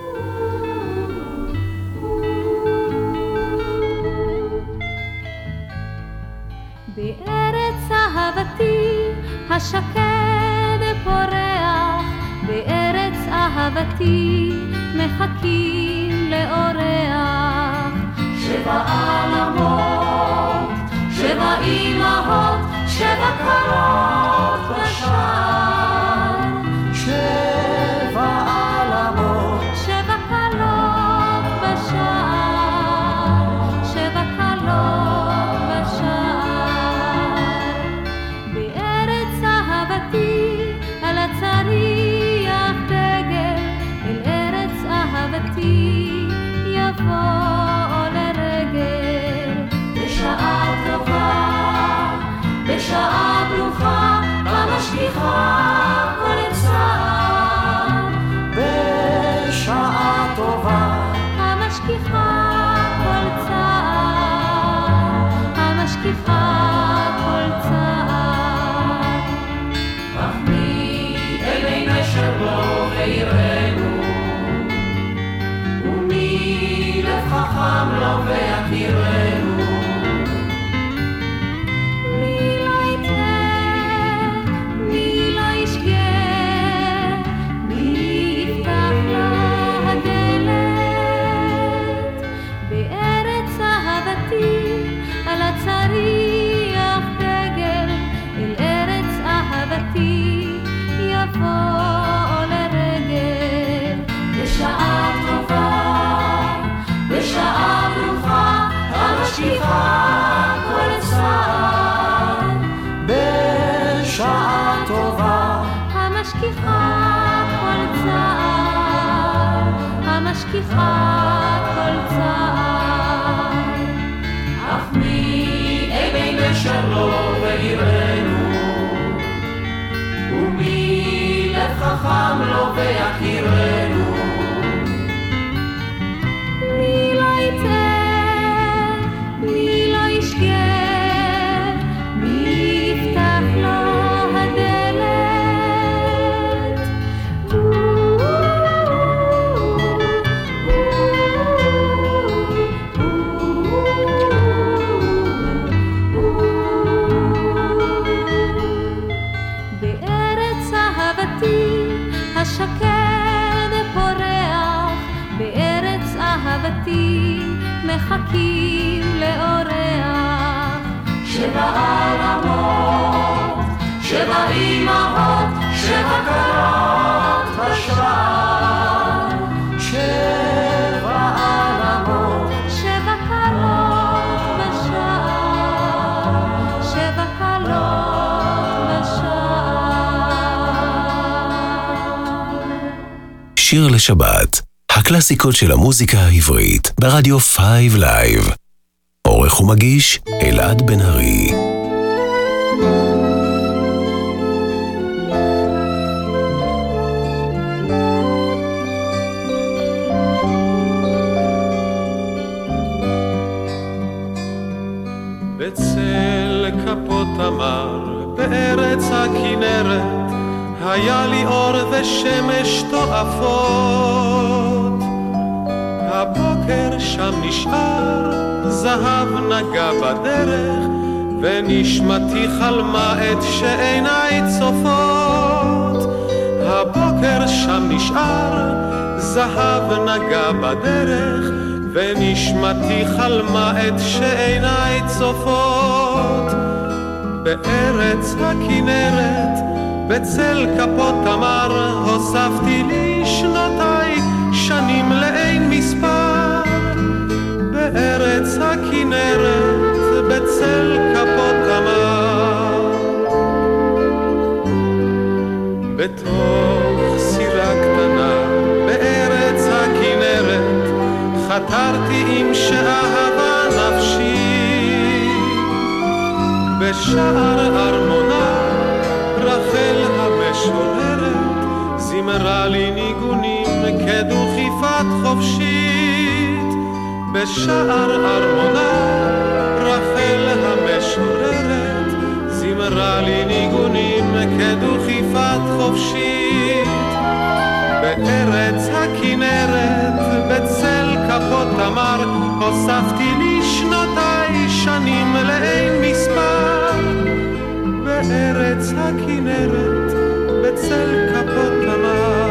בארץ אהבתי השקד פורח, בארץ אהבתי מחכים לאורח. 7 עלמות, 7 אמהות, 7 קרות בשער. 7 עלמות, 7 קלות בשער, 7 קלות בשער. בארץ אהבתי על הצריח דגל, אל ארץ אהבתי יבוא לרגל. בשעה טובה, בשעה ברוכה, המשגיחה כל צער. בשעה טובה, המשגיחה כל צער, המשגיחה כל צער. אך מי אל עיני שבו ויראנו, ומי לב חכם לו ויכירנו. על הצריח דגל, אל ארץ אהבתי יבוא לרגל. בשעה טובה, בשעה ברוכה, המשגיחה כל צער. בשעה טובה, המשגיחה כל צער, המשגיחה כל צער. אך מי אי נשר לו ויראנו, ומי לב חכם לו ויכירנו. מי לא יצא, מי לא ישגה, מי יפתח לו הדלת. מחכים לאורח. 7 עלמות, 7 אמהות, 7 קרות בשער. 7 עלמות, 7 קרות בשער. 7 קרות בשער. שיר לשבת, הקלאסיקות של המוזיקה העברית, ברדיו 5 לייב. עורך ומגיש אלעד בן ארי. בצל כפות תמר בארץ הכנרת היה לי אור ושמש תואפות. הבוקר שם נשאר, זהב נגע בדרך, ונשמתי חלמה את שעיניי צופות. הבוקר שם נשאר, זהב נגע בדרך, ונשמתי חלמה את שעיניי צופות. בארץ הכנרת, בצל כפות תמר, הוספתי לי שנותיי, שנים לאין מספר. בארץ הכנרת, בצל כפות תמר. בתוך סירה קטנה, בארץ הכנרת, חתרתי עם שאהבה נפשי. בשער ארמונה, רחל המשוררת, זמרה לי ניגונים כדוכיפת חופשית. בשער ארמונה, רחל המשוררת, זמרה לי ניגונים כדוכיפת חופשית. בארץ הכנרת, בצל כפות תמר, הוספתי לי שנותיי, שנים לאין מספר. בארץ הכנרת, בצל כפות תמר.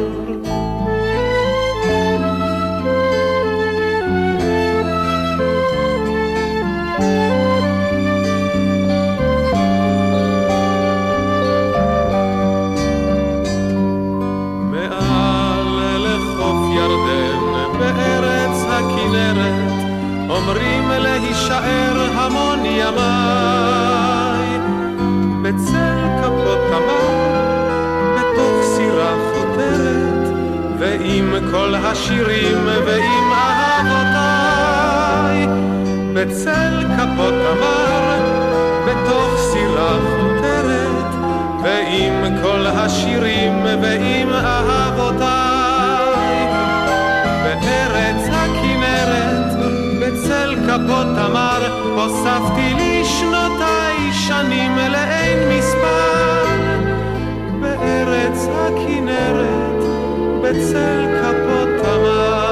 אומרים להישאר המון ימיי. בצל כפות תמר, בתוך סירה חותרת, ועם כל השירים ועם אהבותיי. בצל כפות תמר, בתוך סירה חותרת, ועם כל השירים ועם אהבותיי. בארץ הכנרת, בצל כפות תמר, הוספתי לי שנותיי, שנים לאין מספר. בארץ הכנרת, בצל כפות תמר.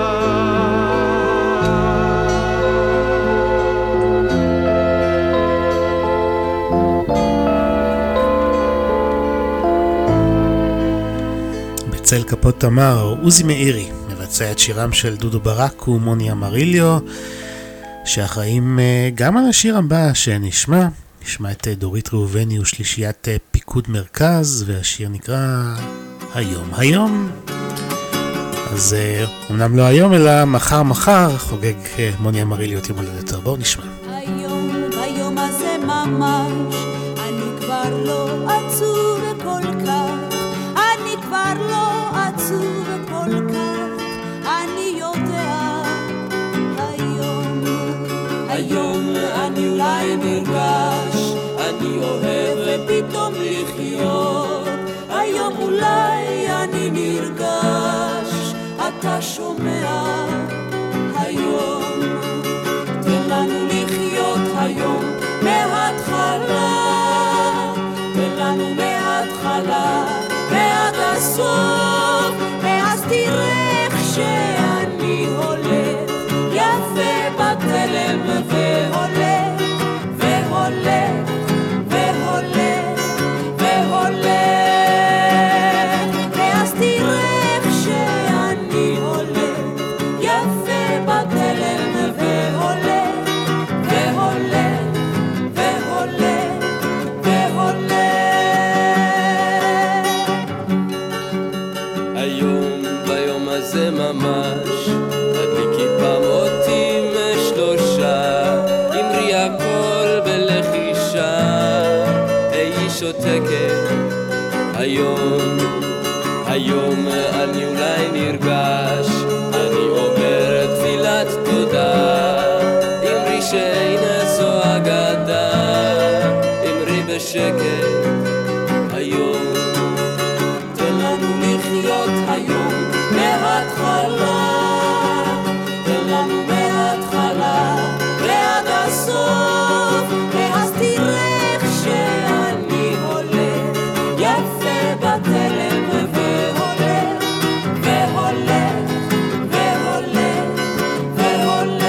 בצל כפות תמר, עוזי מאירי מבצע את שירם של דודו ברק ומוני אמריליו, שאחראים גם על השיר הבא שנשמע. נשמע את דורית ראובני ושלישיית פיקוד מרכז, והשיר נקרא היום היום. אז אמנם לא היום אלא מחר חוגג מוני אמריליו את יום הולדתו. בואו נשמע. היום ביום הזה ממש אני כבר לא עצוב כל כך, אני כבר לא עצוב כל כך, אני יודע היום אני אולי נרגש, אני אוהב ופתאום לחיות. היום אולי אני נרגש, אתה שומע? היום תן לנו לחיות היום מההתחלה, תן לנו מההתחלה ועד הסוף, ואז תראה איך שאני הולך יפה בתלם, והולך והולך והולך הזה ממש, תדליקי פעם אותי משלושה, אמרי הכל בלחישה, היי שותקת היום, היום אני אולי נרגש, אני אומר תפילת תודה, אמרי שאין זו אגדה, אמרי בשקט היום, תן לנו לחיות היום מההתחלה, תן לנו מההתחלה ועד הסוף, ואז תראה איך שאני הולך יפה בתלם והולך והולך והולך והולך,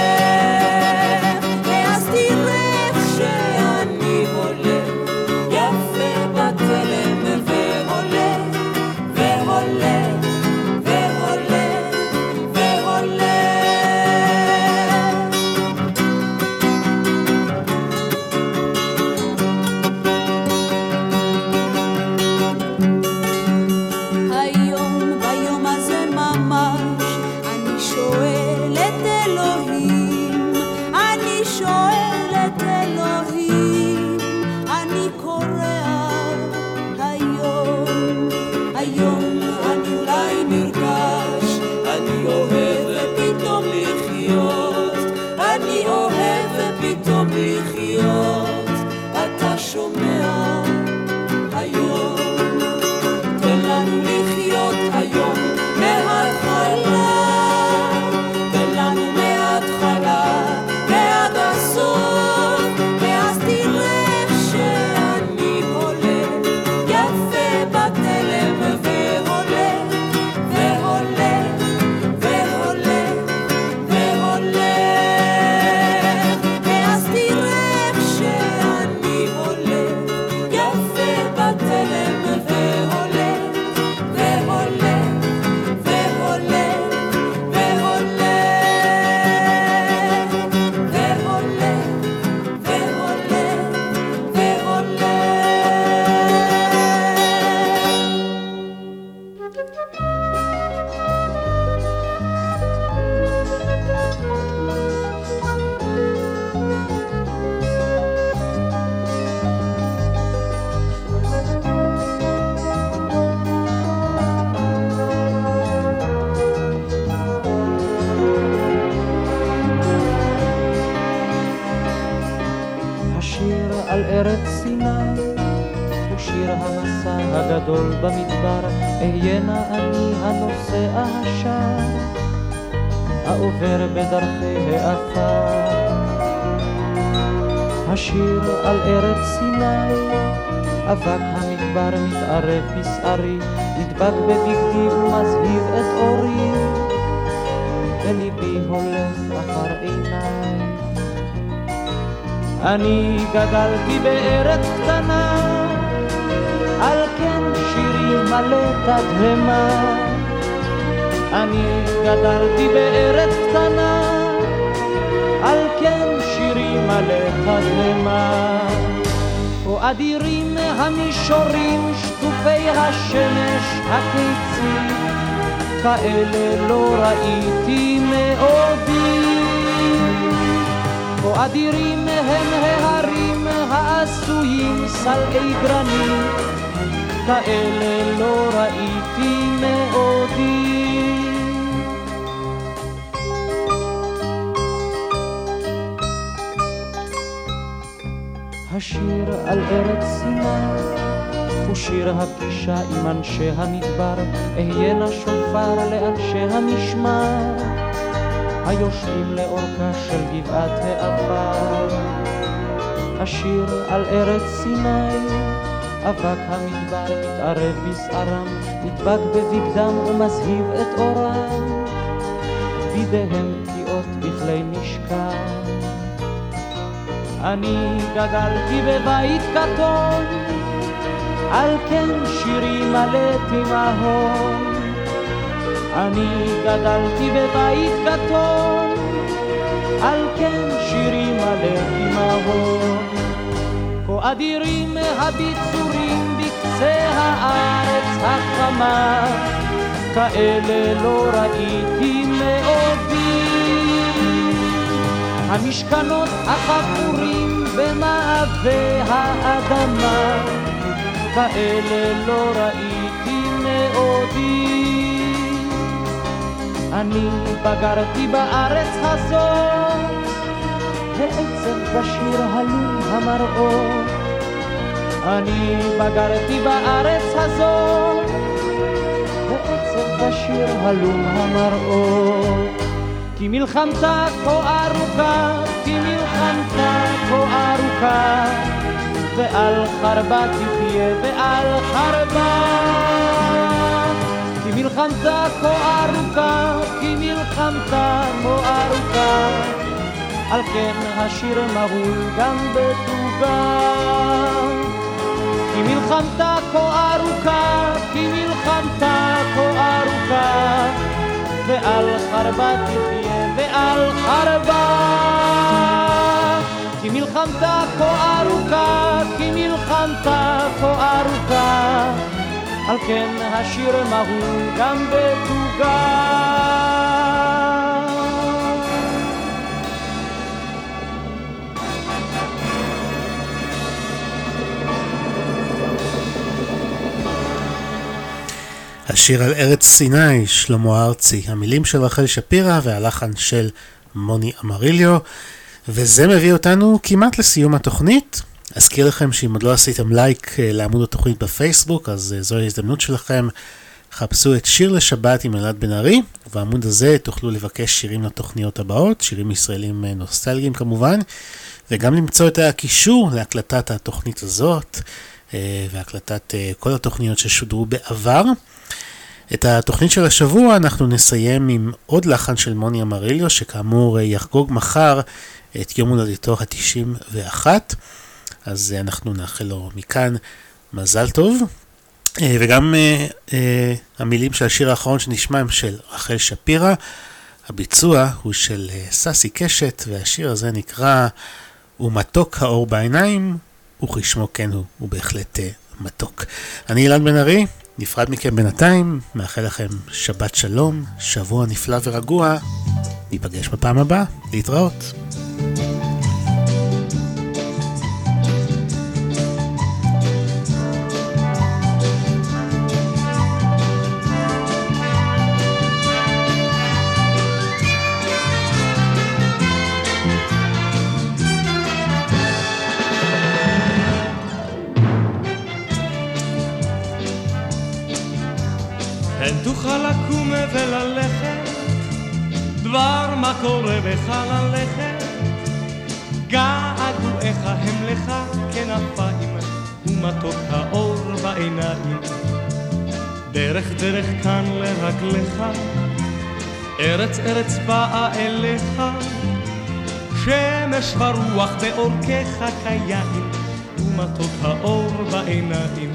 ואז תראה איך שאני הולך יפה בתלם והולך והולך והולך והולך. היום ביום הזה ממש אני שואלת אלוהים, אני שואלת אלוהים, אני קורא היום, היום אני אולי נרגש, אני אוהב ופתאום לחיות, אני אוהב ופתאום לחיות, אתה שומע היום, תן לנו לחיות היום מההתחלה, תן לנו מההתחלה ועד הסוף, ואז תראה איך שאני הולך יפה בתלם והולך והולך והולך והולך, ואז תראה איך שאני הולך יפה בתלם והולך והולך והולך והולך והולך השיר על ארץ סיני הוא שיר המסע הגדול במדבר, אהיינה אני הנוסע השר העובר בדרכי העפר. השיר על ארץ סיני, אבק המדבר מתערב בשערי, נדבק בבגדי ומזהיב את אורי, וליבי הולך אחר עיניי. אני גדלתי בארץ קטנה, על כן שירי מלא תדהמה. אני גדלתי בארץ קטנה, על כן שירי מלא תדהמה. כה אדירים המישורים שטופי השמש הקיצית, כאלה לא ראיתי מעודי. כה אדירים הם ההרים העשויים סלעי גרנית, כאלה לא ראיתי מעודי. השיר על ארץ סיני הוא שיר הפגישה עם אנשי המדבר, אהיינה שופר לאנשי המשמר היושבים לאורכה של גבעת העפר. השיר על ארץ סיני, אבק המדבר מתערב בשערם, נדבק בבגדם ומזהיב את אורם, בידיהם פגיעות בכלי משכן. אני גדלתי בבית קטון, על כן שירי מלא תימהון. אני גדלתי בבית קטון, על כן שירי מלא תימהון. כה אדירים הביצורים בקצה הארץ החמה, כאלה לא ראיתי מעודי. המשכנות החפורים במעבה האדמה, כאלה לא ראיתי מעודי. אני בגרתי בארץ הזאת, העצב בשיר הלום המראות. אני בגרתי בארץ הזאת, העצב בשיר הלום המראות. כי מלחמתה כה ארוכה, כי מלחמתה כה ארוכה, ועל חרבה תחיה ועל חרבה. כי מלחמתה כה ארוכה, כי מלחמתה כה ארוכה, על כן השיר מהול גם בתוגה. כי מלחמתה כה ארוכה, כי מלחמתה כה ארוכה, ועל חרבה תחיה ועל חרבה. כי מלחמתה כה ארוכה, כי מלחמתה כה ארוכה, על כן השיר מהול גם בתוגה. השיר על ארץ סיני, שלמה ארצי, המילים של רחל שפירא והלחן של מוני אמריליו. וזה מביא אותנו כמעט לסיום התוכנית. אזכיר לכם שאם עוד לא עשיתם לייק לעמוד התוכנית בפייסבוק, אז זוהי ההזדמנות שלכם. חפשו את שיר לשבת עם אלעד בן ארי, ובעמוד הזה תוכלו לבקש שירים לתוכניות הבאות, שירים ישראלים נוסטלגיים כמובן, וגם למצוא את הקישור להקלטת התוכנית הזאת, והקלטת כל התוכניות ששודרו בעבר. את התוכנית של השבוע אנחנו נסיים עם עוד לחן של מוני אמריליו, שכאמור יחגוג מחר את יום הולדתו ה-91, אז אנחנו נאחל לו מכאן מזל טוב. וגם המילים של השיר האחרון שנשמע הם של רחל שפירא, הביצוע הוא של ססי קשת, והשיר הזה נקרא ומתוק האור בעיניים, וכשמו כן הוא בהחלט מתוק. אני אלעד בן ארי, נפרד מכם בינתיים, מאחל לכם שבת שלום, שבוע נפלא ורגוע, ניפגש בפעם הבאה, להתראות. תוכל לקום וללכת, דבר מה קורה בך ללכת, געגועיך הם לך כנפיים, ומתוק האור בעיניים, דרך דרך כאן לרגליך, ארץ ארץ באה אליך, שמש ורוח באורכך כיין, ומתוק האור בעיניים.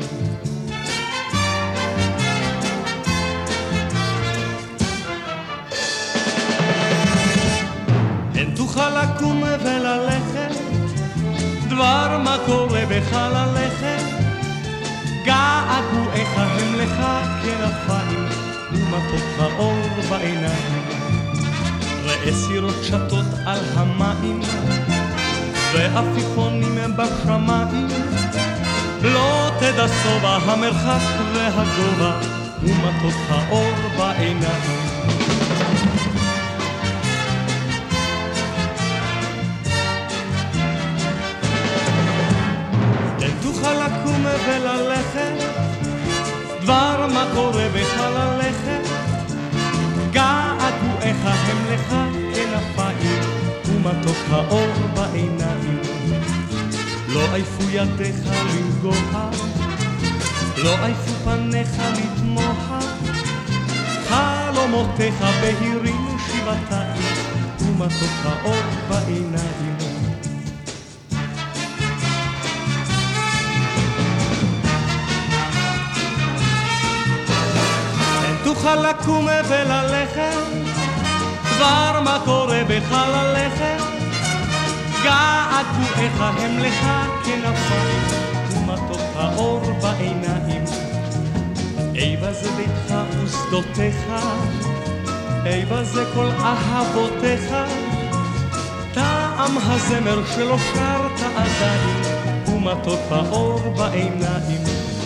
תוכל לקום וללכת, דבר מה קורה בך ללכת, געגועיך הם לך כנפיים, ומתוק האור בעיניים, ראה סירות שטות על המים, ואפיפונים בשמיים, לא תדע סובה המרחק והגובה, ומתוק האור בעיניים. תוכל לקום וללכת, דבר מה קורה בך ללכת, געגועיך הם לך כנפיים, ומתוק האור בעיניים, לא עייפו ידיך לנגוע, לא עייפו פניך לתמוה, חלומותיך בהירים שבעתיים, ומתוק האור בעיניים. תוכל לקום וללכת, דבר מה קורה בך ללכת, געגועיך הם לך כנפיים, ומתוק האור בעיניים, איבה זה ביתך ושדותיך, איבה זה כל אהבותיך, טעם הזמר שלא שרת עדיין, ומטות האור בעיניים.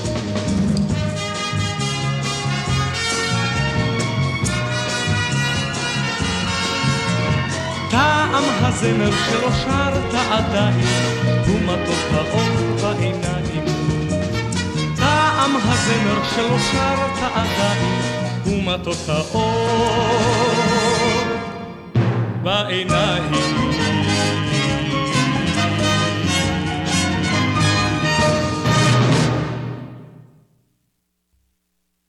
טעם הזמר שלא שרת עדיין, ומטות האור בעיניים. טעם הזמר שלא שרת עדיין, ומטות האור בעיניים.